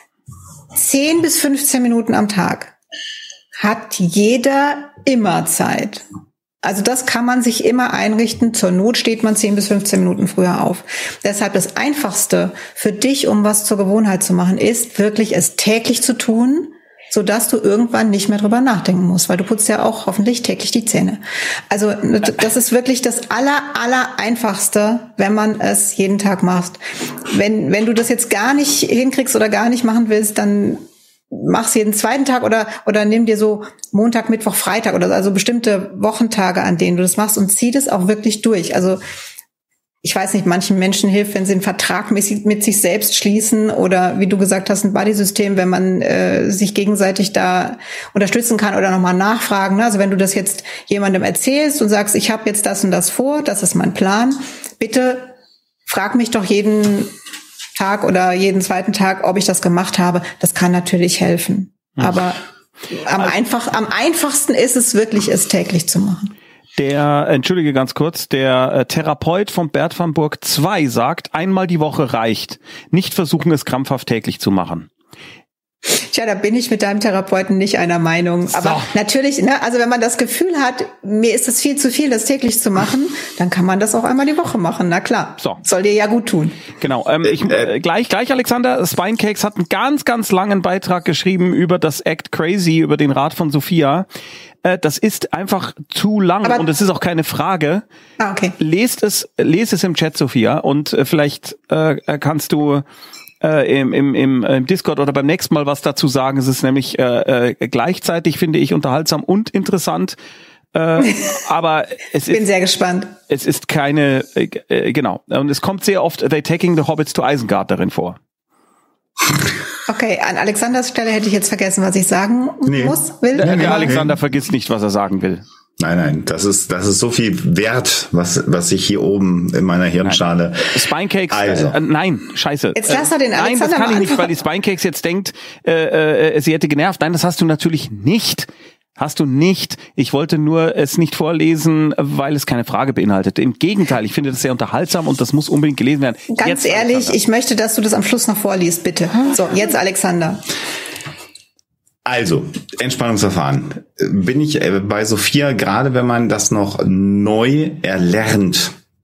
zehn bis fünfzehn Minuten am Tag hat jeder immer Zeit. Also das kann man sich immer einrichten. Zur Not steht man zehn bis fünfzehn Minuten früher auf. Deshalb das Einfachste für dich, um was zur Gewohnheit zu machen, ist wirklich es täglich zu tun, sodass du irgendwann nicht mehr drüber nachdenken musst, weil du putzt ja auch hoffentlich täglich die Zähne. Also das ist wirklich das aller, aller Einfachste, wenn man es jeden Tag macht. Wenn, wenn du das jetzt gar nicht hinkriegst oder gar nicht machen willst, dann mach's jeden zweiten Tag oder, oder nimm dir so Montag, Mittwoch, Freitag oder so, also bestimmte Wochentage, an denen du das machst und zieh das auch wirklich durch. Also ich weiß nicht, manchen Menschen hilft, wenn sie einen Vertrag mit sich selbst schließen oder wie du gesagt hast, ein Buddy-System, wenn man äh, sich gegenseitig da unterstützen kann oder nochmal nachfragen. Also wenn du das jetzt jemandem erzählst und sagst, ich habe jetzt das und das vor, das ist mein Plan, bitte frag mich doch jeden Tag oder jeden zweiten Tag, ob ich das gemacht habe. Das kann natürlich helfen. Aber am, einfach, am einfachsten ist es wirklich, es täglich zu machen. Der, entschuldige ganz kurz, der äh, Therapeut von Bert van Burg zwei sagt, einmal die Woche reicht. Nicht versuchen, es krampfhaft täglich zu machen. Tja, da bin ich mit deinem Therapeuten nicht einer Meinung. Aber so. Natürlich, ne, also wenn man das Gefühl hat, mir ist es viel zu viel, das täglich zu machen, dann kann man das auch einmal die Woche machen. Na klar, so. Soll dir ja gut tun. Genau, ähm, ich, äh, gleich, gleich Alexander, Spinecakes hat einen ganz, ganz langen Beitrag geschrieben über das Act Crazy, über den Rat von Sophia. Das ist einfach zu lang. Aber und es ist auch keine Frage. Ah, okay. Lest es, lest es im Chat, Sophia, und äh, vielleicht äh, kannst du äh, im, im, im, im Discord oder beim nächsten Mal was dazu sagen. Es ist nämlich äh, äh, gleichzeitig, finde ich, unterhaltsam und interessant. Äh, aber es bin ist, sehr gespannt. Es ist keine, äh, äh, genau. Und es kommt sehr oft They Taking the Hobbits to Isengard darin vor. Okay, an Alexanders Stelle hätte ich jetzt vergessen, was ich sagen nee. muss, will. Der, der Alexander vergisst nicht, was er sagen will. Nein, nein, das ist das ist so viel wert, was was ich hier oben in meiner Hirnschale. Nein. Spinecakes, also. äh, nein, scheiße. Jetzt lass er den Alexander. Nein, das kann ich nicht, weil die Spinecakes jetzt denkt, äh, äh, sie hätte genervt. Nein, das hast du natürlich nicht. Hast du nicht. Ich wollte nur es nicht vorlesen, weil es keine Frage beinhaltet. Im Gegenteil, ich finde das sehr unterhaltsam und das muss unbedingt gelesen werden. Ganz jetzt, ehrlich, Alexander. Ich möchte, dass du das am Schluss noch vorliest, bitte. So, jetzt Alexander. Also, Entspannungsverfahren. Bin ich bei Sophia, gerade wenn man das noch neu erlernt,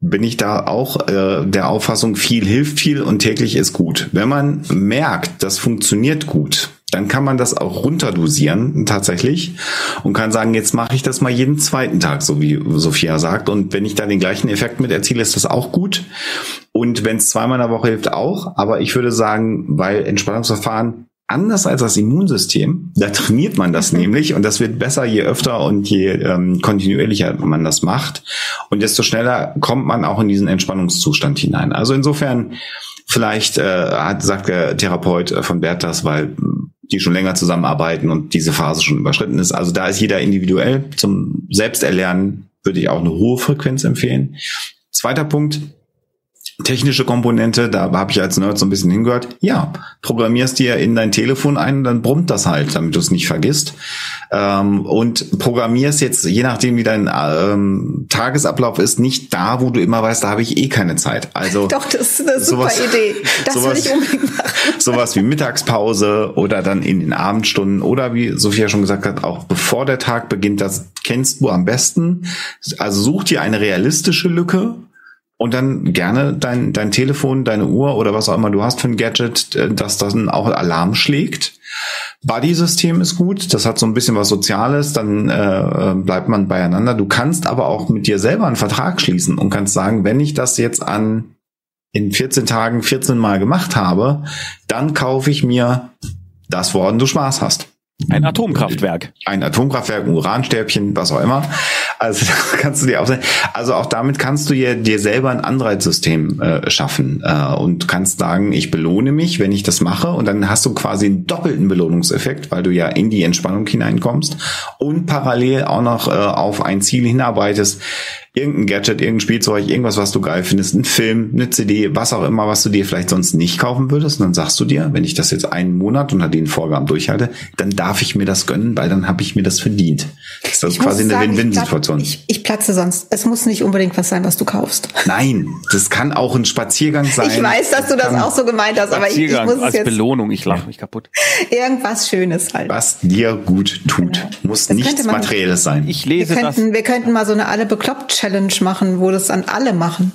bin ich da auch äh, der Auffassung, viel hilft viel und täglich ist gut. Wenn man merkt, das funktioniert gut, dann kann man das auch runterdosieren tatsächlich und kann sagen, jetzt mache ich das mal jeden zweiten Tag, so wie Sophia sagt. Und wenn ich da den gleichen Effekt mit erziele, ist das auch gut. Und wenn es zweimal in der Woche hilft, auch. Aber ich würde sagen, weil Entspannungsverfahren anders als das Immunsystem, da trainiert man das nämlich und das wird besser, je öfter und je ähm, kontinuierlicher man das macht und desto schneller kommt man auch in diesen Entspannungszustand hinein. Also insofern vielleicht äh, hat, sagt der Therapeut von Bert das, weil die schon länger zusammenarbeiten und diese Phase schon überschritten ist. Also da ist jeder individuell. Zum Selbsterlernen würde ich auch eine hohe Frequenz empfehlen. Zweiter Punkt, technische Komponente, da habe ich als Nerd so ein bisschen hingehört. Ja, programmierst dir in dein Telefon ein, dann brummt das halt, damit du es nicht vergisst. Ähm, und programmierst jetzt, je nachdem wie dein ähm, Tagesablauf ist, nicht da, wo du immer weißt, da habe ich eh keine Zeit. Also doch, das ist eine super sowas, Idee. Das sowas, will ich unbedingt machen. Sowas wie Mittagspause oder dann in den Abendstunden oder wie Sophia schon gesagt hat, auch bevor der Tag beginnt, das kennst du am besten. Also such dir eine realistische Lücke. Und dann gerne dein, dein Telefon, deine Uhr oder was auch immer du hast für ein Gadget, das dann auch Alarm schlägt. Buddy-System ist gut, das hat so ein bisschen was Soziales, dann äh, bleibt man beieinander. Du kannst aber auch mit dir selber einen Vertrag schließen und kannst sagen, wenn ich das jetzt an in vierzehn Tagen vierzehn Mal gemacht habe, dann kaufe ich mir das, woran du Spaß hast. Ein Atomkraftwerk. Ein Atomkraftwerk, ein Uranstäbchen, was auch immer. Also das kannst du dir auch sagen. Also auch damit kannst du dir, dir selber ein Anreizsystem äh, schaffen äh, und kannst sagen, ich belohne mich, wenn ich das mache. Und dann hast du quasi einen doppelten Belohnungseffekt, weil du ja in die Entspannung hineinkommst und parallel auch noch äh, auf ein Ziel hinarbeitest. Irgendein Gadget, irgendein Spielzeug, irgendwas, was du geil findest, ein Film, eine C D, was auch immer, was du dir vielleicht sonst nicht kaufen würdest. Und dann sagst du dir, wenn ich das jetzt einen Monat unter den Vorgaben durchhalte, dann darf ich mir das gönnen, weil dann habe ich mir das verdient. Das ist also quasi eine Win-Win-Situation. Ich, ich platze sonst. Es muss nicht unbedingt was sein, was du kaufst. Nein, das kann auch ein Spaziergang sein. Ich weiß, dass du das auch so gemeint hast, aber ich, ich muss es als jetzt... Belohnung, ich lache mich kaputt. Irgendwas Schönes halt. Was dir gut tut. Genau. Muss das nichts man, Materielles sein. Ich lese wir könnten, das. Wir könnten mal so eine Alle-Bekloppt-Challenge machen, wo das dann alle machen.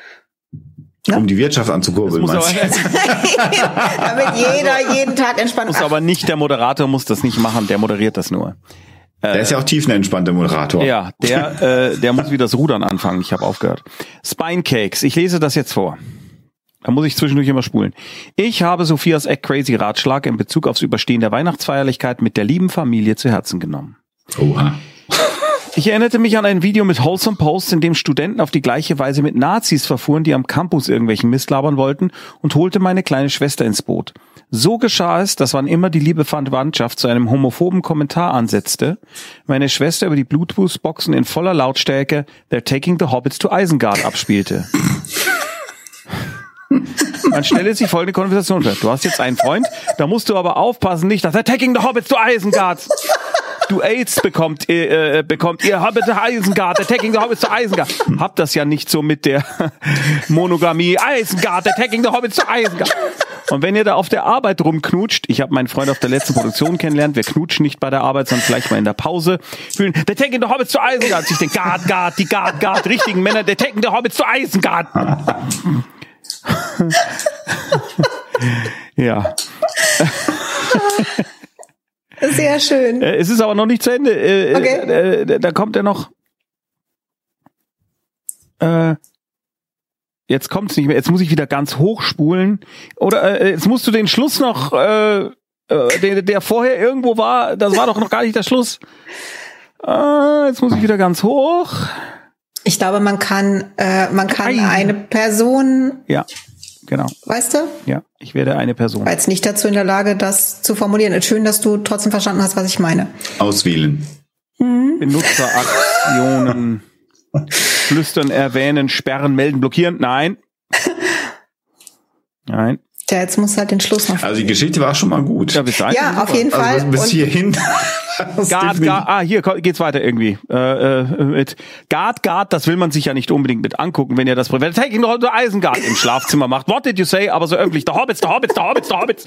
Ja? Um die Wirtschaft anzukurbeln, meinst du? Damit jeder jeden Tag entspannt. Muss aber nicht, der Moderator muss das nicht machen, der moderiert das nur. Der äh, ist ja auch tiefenentspannt, der Moderator. Ja, der, äh, der muss wieder das Rudern anfangen. Ich habe aufgehört. Spinecakes, ich lese das jetzt vor. Da muss ich zwischendurch immer spulen. Ich habe Sophias Egg-Crazy-Ratschlag in Bezug aufs Überstehen der Weihnachtsfeierlichkeit mit der lieben Familie zu Herzen genommen. Oha. Ich erinnerte mich an ein Video mit Wholesome Posts, in dem Studenten auf die gleiche Weise mit Nazis verfuhren, die am Campus irgendwelchen Mist labern wollten, und holte meine kleine Schwester ins Boot. So geschah es, dass wann immer die liebe Verwandtschaft zu einem homophoben Kommentar ansetzte, meine Schwester über die Bluetooth-Boxen in voller Lautstärke They're Taking the Hobbits to Isengard abspielte. Man stelle sich folgende Konversation vor. Du hast jetzt einen Freund, da musst du aber aufpassen, nicht, dass They're Taking the Hobbits to Isengard... Du AIDS bekommt, äh, bekommt ihr Hobbit to Isengard, der Taking the Hobbits to Isengard. Habt das ja nicht so mit der Monogamie. Isengard, der Taking the Hobbits to Isengard. Und wenn ihr da auf der Arbeit rumknutscht, ich habe meinen Freund auf der letzten Produktion kennengelernt, wir knutschen nicht bei der Arbeit, sondern vielleicht mal in der Pause, fühlen, der Taking the Hobbits to Isengard. Ich denke, Gard, Gard, die Gard, Gard, richtigen Männer, der Taking the Hobbits to Isengard. Ja. Sehr schön. Es ist aber noch nicht zu Ende. Okay. Da, da kommt er noch. Äh, jetzt kommt's nicht mehr. Jetzt muss ich wieder ganz hochspulen. Oder äh, jetzt musst du den Schluss noch, äh, der, der vorher irgendwo war, das war doch noch gar nicht der Schluss. Äh, jetzt muss ich wieder ganz hoch. Ich glaube, man kann, äh, man kann Nein. eine Person. Ja. Genau. Weißt du? Ja, ich werde eine Person. War jetzt nicht dazu in der Lage, das zu formulieren. Schön, dass du trotzdem verstanden hast, was ich meine. Auswählen. Mhm. Benutzeraktionen. Flüstern, erwähnen, sperren, melden, blockieren. Nein. Nein. Ja, jetzt muss halt den Schluss noch. Also die Geschichte war schon mal gut. Ja, bis dahin. Ja, auf jeden Fall. Also bis und hierhin. Guard, Guard, ah, hier geht's weiter irgendwie. Äh, äh, mit Guard, Guard, das will man sich ja nicht unbedingt mit angucken, wenn ihr das Wenn Taking the Isengard im Schlafzimmer macht. What did you say? Aber so öffentlich. The Hobbits, the Hobbits, the Hobbits, the Hobbits.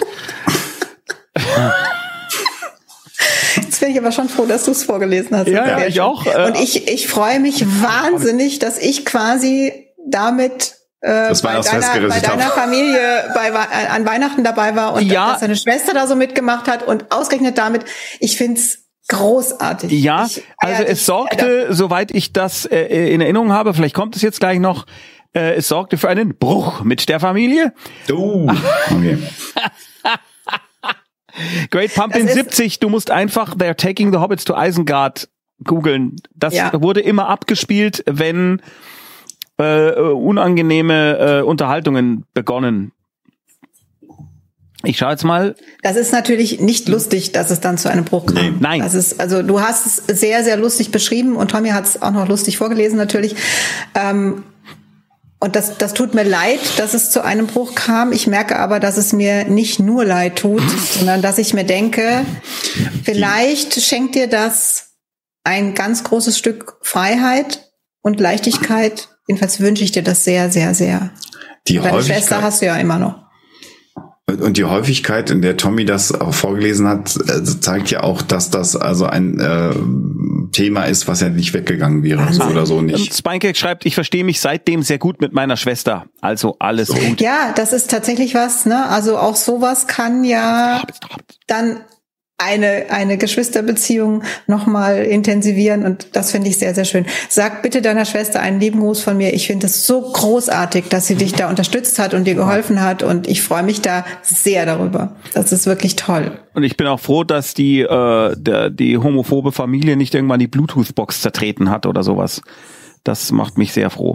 Jetzt bin ich aber schon froh, dass du es vorgelesen hast. Ja, ja, ich auch. Und ich, ich freue mich wahnsinnig, dass ich quasi damit äh, das war bei, deiner, bei deiner Familie bei, an Weihnachten dabei war und ja. dass seine Schwester da so mitgemacht hat und ausgerechnet damit, ich find's großartig. Ja, ich, also ich, es sorgte, ich, soweit ich das äh, in Erinnerung habe, vielleicht kommt es jetzt gleich noch, äh, es sorgte für einen Bruch mit der Familie. Oh, okay. Great Pumpkin siebzig, du musst einfach They're Taking the Hobbits to Isengard googeln. Das ja. wurde immer abgespielt, wenn äh, unangenehme äh, Unterhaltungen begonnen. Ich schaue jetzt mal. Das ist natürlich nicht lustig, dass es dann zu einem Bruch kam. Nee. Nein. Das ist, also du hast es sehr, sehr lustig beschrieben und Tommy hat es auch noch lustig vorgelesen natürlich. Ähm, Und das, das tut mir leid, dass es zu einem Bruch kam. Ich merke aber, dass es mir nicht nur leid tut, sondern dass ich mir denke, vielleicht schenkt dir das ein ganz großes Stück Freiheit und Leichtigkeit. Jedenfalls wünsche ich dir das sehr, sehr, sehr. Die Deine Schwester hast du ja immer noch. Und die Häufigkeit, in der Tommy das auch vorgelesen hat, zeigt ja auch, dass das also ein äh, Thema ist, was ja nicht weggegangen wäre, so oder so nicht. Spinecake schreibt, ich verstehe mich seitdem sehr gut mit meiner Schwester. Also alles so. Gut. Ja, das ist tatsächlich was, ne? Also auch sowas kann ja dann eine eine Geschwisterbeziehung nochmal intensivieren und das finde ich sehr, sehr schön. Sag bitte deiner Schwester einen lieben Gruß von mir. Ich finde es so großartig, dass sie dich da unterstützt hat und dir geholfen hat und ich freue mich da sehr darüber. Das ist wirklich toll. Und ich bin auch froh, dass die äh, der, die homophobe Familie nicht irgendwann die Bluetooth-Box zertreten hat oder sowas. Das macht mich sehr froh.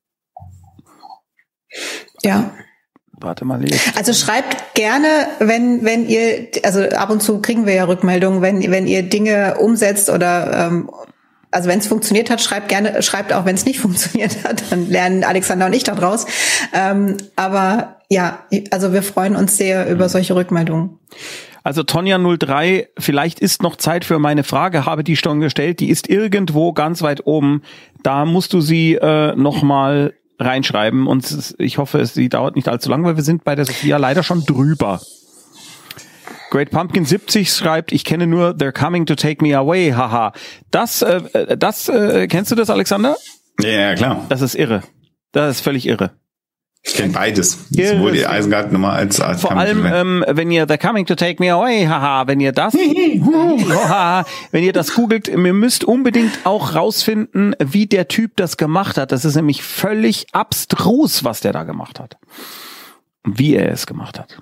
Ja. Warte mal jetzt. Also schreibt gerne, wenn wenn ihr, also ab und zu kriegen wir ja Rückmeldungen, wenn wenn ihr Dinge umsetzt oder ähm, also wenn es funktioniert hat, schreibt gerne, schreibt auch, wenn es nicht funktioniert hat, dann lernen Alexander und ich da draus. Ähm, aber ja, also wir freuen uns sehr über solche Rückmeldungen. Also Tonja null drei, vielleicht ist noch Zeit für meine Frage, habe die schon gestellt, die ist irgendwo ganz weit oben. Da musst du sie äh, nochmal reinschreiben und ich hoffe, es sie dauert nicht allzu lang, weil wir sind bei der Sophia leider schon drüber. Great Pumpkin siebzig schreibt, ich kenne nur They're Coming to Take Me Away, haha. Das, äh, das, äh, kennst du das, Alexander? Ja, ja, klar. Das ist irre. Das ist völlig irre. Ich kenne beides. Sowohl die Isengard Nummer als als vor allem, ähm, wenn ihr They're Coming to Take Me Away, haha, wenn ihr das, haha, wenn ihr das googelt, ihr müsst unbedingt auch rausfinden, wie der Typ das gemacht hat. Das ist nämlich völlig abstrus, was der da gemacht hat. Und wie er es gemacht hat.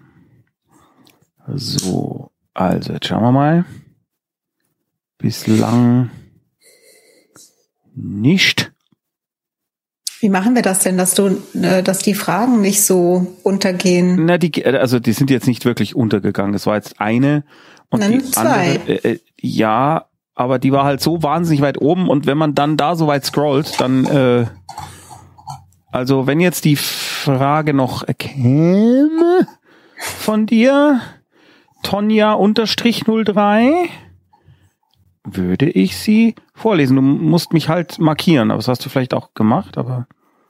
So, also jetzt schauen wir mal. Bislang nicht. Wie machen wir das denn, dass du, dass die Fragen nicht so untergehen? Na, die, also die sind jetzt nicht wirklich untergegangen. Das war jetzt eine und dann die zwei. andere, äh, ja, aber die war halt so wahnsinnig weit oben und wenn man dann da so weit scrollt, dann, äh, also wenn jetzt die Frage noch käme von dir, Tonja unterstrich null drei, würde ich sie vorlesen. Du musst mich halt markieren, aber das hast du vielleicht auch gemacht, aber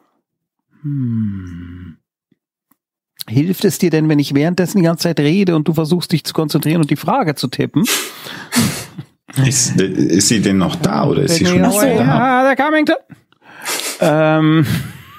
hm. Hilft es dir denn, wenn ich währenddessen die ganze Zeit rede und du versuchst dich zu konzentrieren und die Frage zu tippen? Ist, ist sie denn noch da oder ist sie schon Ach so, da? Ja, der coming to. Ähm.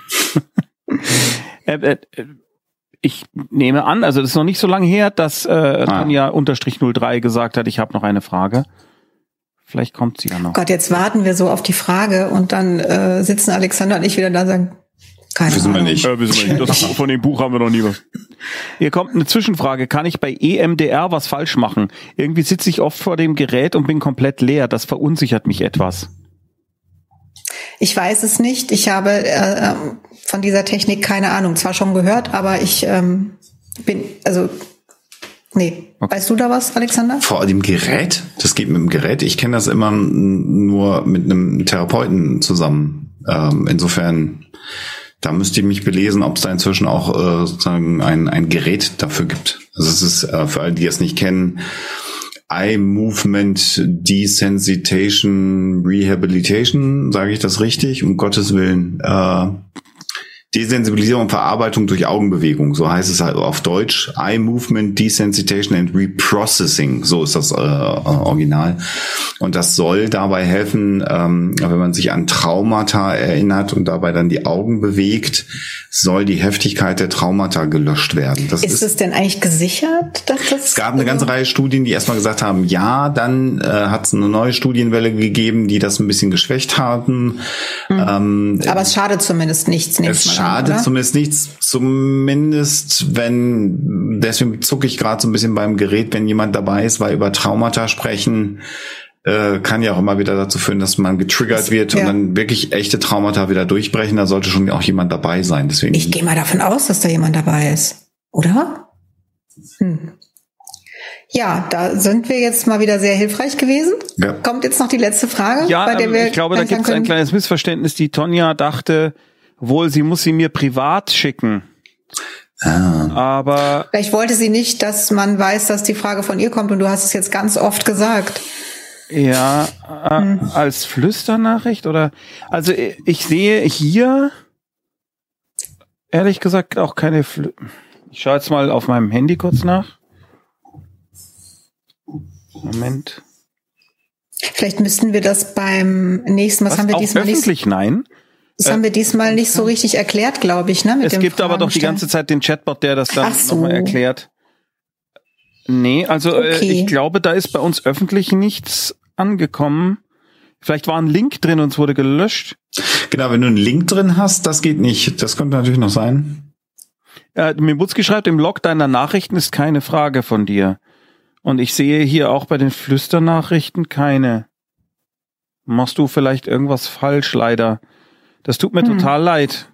äh, äh, ich nehme an, also das ist noch nicht so lange her, dass äh, ah. Tonja unterstrich null drei gesagt hat, ich habe noch eine Frage. Vielleicht kommt sie ja noch. Gott, jetzt warten wir so auf die Frage und dann äh, sitzen Alexander und ich wieder da und sagen, keine wissen Ahnung. wir nicht. Äh, wissen wir nicht. Das, von dem Buch haben wir noch nie was. Hier kommt eine Zwischenfrage. Kann ich bei E M D R was falsch machen? Irgendwie sitze ich oft vor dem Gerät und bin komplett leer. Das verunsichert mich etwas. Ich weiß es nicht. Ich habe äh, von dieser Technik keine Ahnung. Zwar schon gehört, aber ich ähm, bin, also nee. Okay. Weißt du da was, Alexander? Vor dem Gerät? Das geht mit dem Gerät. Ich kenne das immer nur mit einem Therapeuten zusammen. Ähm, insofern, da müsst ihr mich belesen, ob es da inzwischen auch äh, sozusagen ein, ein Gerät dafür gibt. Also es ist äh, für alle, die es nicht kennen, Eye Movement Desensitization Rehabilitation, sage ich das richtig? Um Gottes Willen. Äh, Desensibilisierung und Verarbeitung durch Augenbewegung, so heißt es halt auf Deutsch. Eye Movement Desensitization and Reprocessing, so ist das äh, Original. Und das soll dabei helfen, ähm, wenn man sich an Traumata erinnert und dabei dann die Augen bewegt, soll die Heftigkeit der Traumata gelöscht werden. Das ist, ist es denn eigentlich gesichert, dass das? Es gab eine ganze Reihe Studien, die erstmal gesagt haben, ja, dann äh, hat es eine neue Studienwelle gegeben, die das ein bisschen geschwächt haben. Mhm. Ähm, Aber es schadet zumindest nichts. Es schadet an, zumindest nichts, zumindest wenn, deswegen zucke ich gerade so ein bisschen beim Gerät, wenn jemand dabei ist, weil über Traumata sprechen äh, kann ja auch immer wieder dazu führen, dass man getriggert das, wird ja. und dann wirklich echte Traumata wieder durchbrechen. Da sollte schon auch jemand dabei sein. Deswegen. Ich gehe mal davon aus, dass da jemand dabei ist, oder? Hm. Ja, da sind wir jetzt mal wieder sehr hilfreich gewesen. Ja. Kommt jetzt noch die letzte Frage? Ja, bei der ähm, wir ich glaube, da gibt es ein kleines Missverständnis. Die Tonja dachte, wohl, sie muss sie mir privat schicken. Ah. Aber vielleicht wollte sie nicht, dass man weiß, dass die Frage von ihr kommt und du hast es jetzt ganz oft gesagt. Ja, äh, hm. als Flüsternachricht oder? Also ich sehe hier ehrlich gesagt auch keine Flü- Ich schaue jetzt mal auf meinem Handy kurz nach. Moment. Vielleicht müssten wir das beim nächsten Mal, was, was haben wir auch diesmal öffentlich, nicht, nein. Das äh, haben wir diesmal nicht so richtig erklärt, glaube ich, ne? Mit es dem gibt aber doch die ganze Zeit den Chatbot, der das dann so. nochmal erklärt. Nee, also okay. äh, ich glaube, da ist bei uns öffentlich nichts angekommen. Vielleicht war ein Link drin und es wurde gelöscht. Genau, wenn du einen Link drin hast, das geht nicht. Das könnte natürlich noch sein. Äh, Mibutski schreibt, im Log deiner Nachrichten ist keine Frage von dir. Und ich sehe hier auch bei den Flüsternachrichten keine. Machst du vielleicht irgendwas falsch, leider? Das tut mir hm. total leid.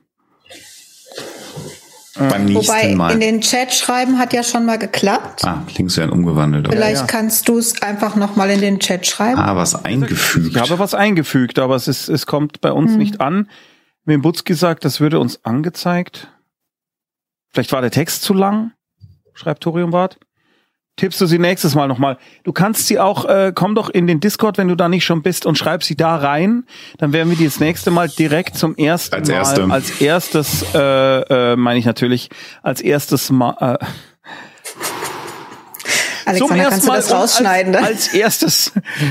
Beim nächsten Wobei Mal. In den Chat schreiben hat ja schon mal geklappt. Ah, Links werden umgewandelt. Vielleicht ja, ja. kannst du es einfach noch mal in den Chat schreiben. Ah, was eingefügt. Ich habe was eingefügt, aber es ist, es kommt bei uns hm. nicht an. Mir Butzki sagt, das würde uns angezeigt. Vielleicht war der Text zu lang, schreibt Thoriumbart. Tippst du sie nächstes Mal nochmal. Du kannst sie auch, äh, komm doch in den Discord, wenn du da nicht schon bist und schreib sie da rein. Dann werden wir die das nächste Mal direkt zum ersten als Mal, erste. als erstes, äh, äh, meine ich natürlich, als erstes Mal, äh, Alexander, kannst du das rausschneiden? Als, als erstes,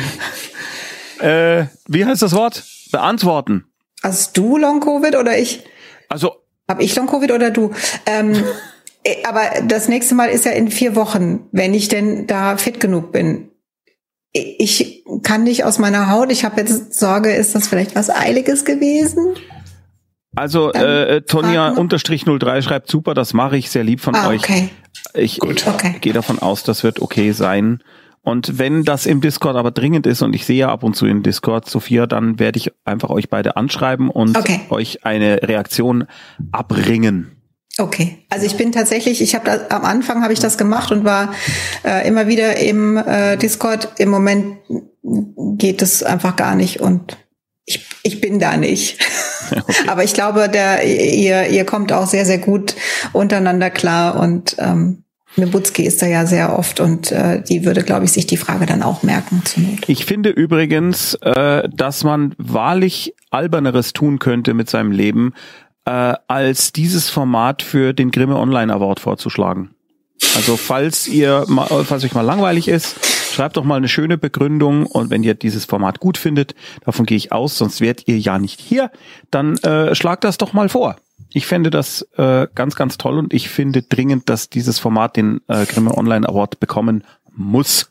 äh, wie heißt das Wort? Beantworten. Hast du Long-Covid oder ich? Also. Hab ich Long-Covid oder du? Ähm, Aber das nächste Mal ist ja in vier Wochen, wenn ich denn da fit genug bin. Ich kann nicht aus meiner Haut. Ich habe jetzt Sorge, ist das vielleicht was Eiliges gewesen? Also äh, Tonja unterstrich null drei schreibt, super, das mache ich, sehr lieb von ah, euch. Okay. Ich, Gut. ich okay. gehe davon aus, das wird okay sein. Und wenn das im Discord aber dringend ist und ich sehe ja ab und zu in Discord, Sophia, dann werde ich einfach euch beide anschreiben und okay. euch eine Reaktion abringen. Okay, also ich bin tatsächlich, ich habe da am Anfang habe ich das gemacht und war äh, immer wieder im äh, Discord. Im Moment geht es einfach gar nicht und ich ich bin da nicht. Okay. Aber ich glaube, der ihr ihr kommt auch sehr sehr gut untereinander klar und ähm, Mibutski ist da ja sehr oft und äh, die würde, glaube ich, sich die Frage dann auch merken. Zur Not. Ich finde übrigens, äh, dass man wahrlich Alberneres tun könnte mit seinem Leben, Äh, als dieses Format für den Grimme Online Award vorzuschlagen. Also falls ihr mal, falls euch mal langweilig ist, schreibt doch mal eine schöne Begründung und wenn ihr dieses Format gut findet, davon gehe ich aus, sonst wärt ihr ja nicht hier, dann äh, schlagt das doch mal vor. Ich fände das äh, ganz, ganz toll und ich finde dringend, dass dieses Format den äh, Grimme Online Award bekommen muss.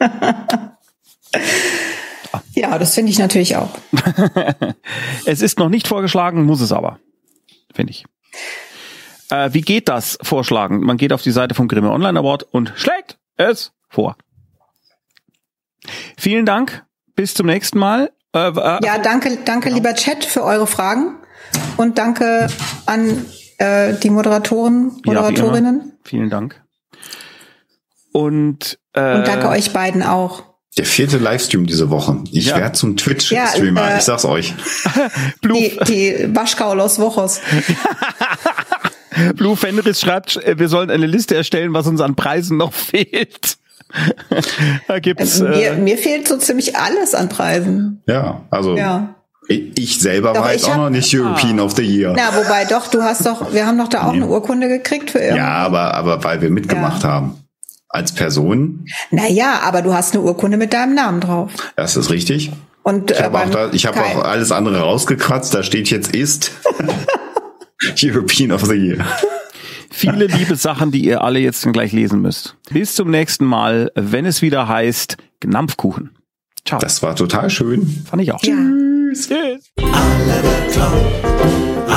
Ja, das finde ich natürlich auch. Es ist noch nicht vorgeschlagen, muss es aber. Finde ich. Äh, wie geht das Vorschlagen? Man geht auf die Seite vom Grimme Online Award und schlägt es vor. Vielen Dank. Bis zum nächsten Mal. Äh, äh, ja, danke, danke genau. lieber Chat für eure Fragen und danke an äh, die Moderatoren, Moderatorinnen. Ja, vielen Dank. Und, äh, und danke euch beiden auch. Der vierte Livestream diese Woche. Ich ja. werde zum Twitch-Streamer, ja, äh, ich sag's euch. Blue die die Waschkau Los Wochos. Blue Fenris schreibt, wir sollen eine Liste erstellen, was uns an Preisen noch fehlt. Da gibt's. Äh, mir, äh, mir fehlt so ziemlich alles an Preisen. Ja, also ja. Ich selber doch, war jetzt auch hab, noch nicht European ah. of the Year. Na, wobei doch, du hast doch, wir haben doch da auch nee. eine Urkunde gekriegt für irgendwas. Ja, aber, aber weil wir mitgemacht ja. haben. Als Person. Naja, aber du hast eine Urkunde mit deinem Namen drauf. Das ist richtig. Und ich habe auch, da, ich hab auch alles andere rausgekratzt. Da steht jetzt ist European of the Year. Viele liebe Sachen, die ihr alle jetzt gleich lesen müsst. Bis zum nächsten Mal, wenn es wieder heißt Gnampfkuchen. Ciao. Das war total schön. Fand ich auch. Ja. Tschüss. Tschüss. Alle bekloppt.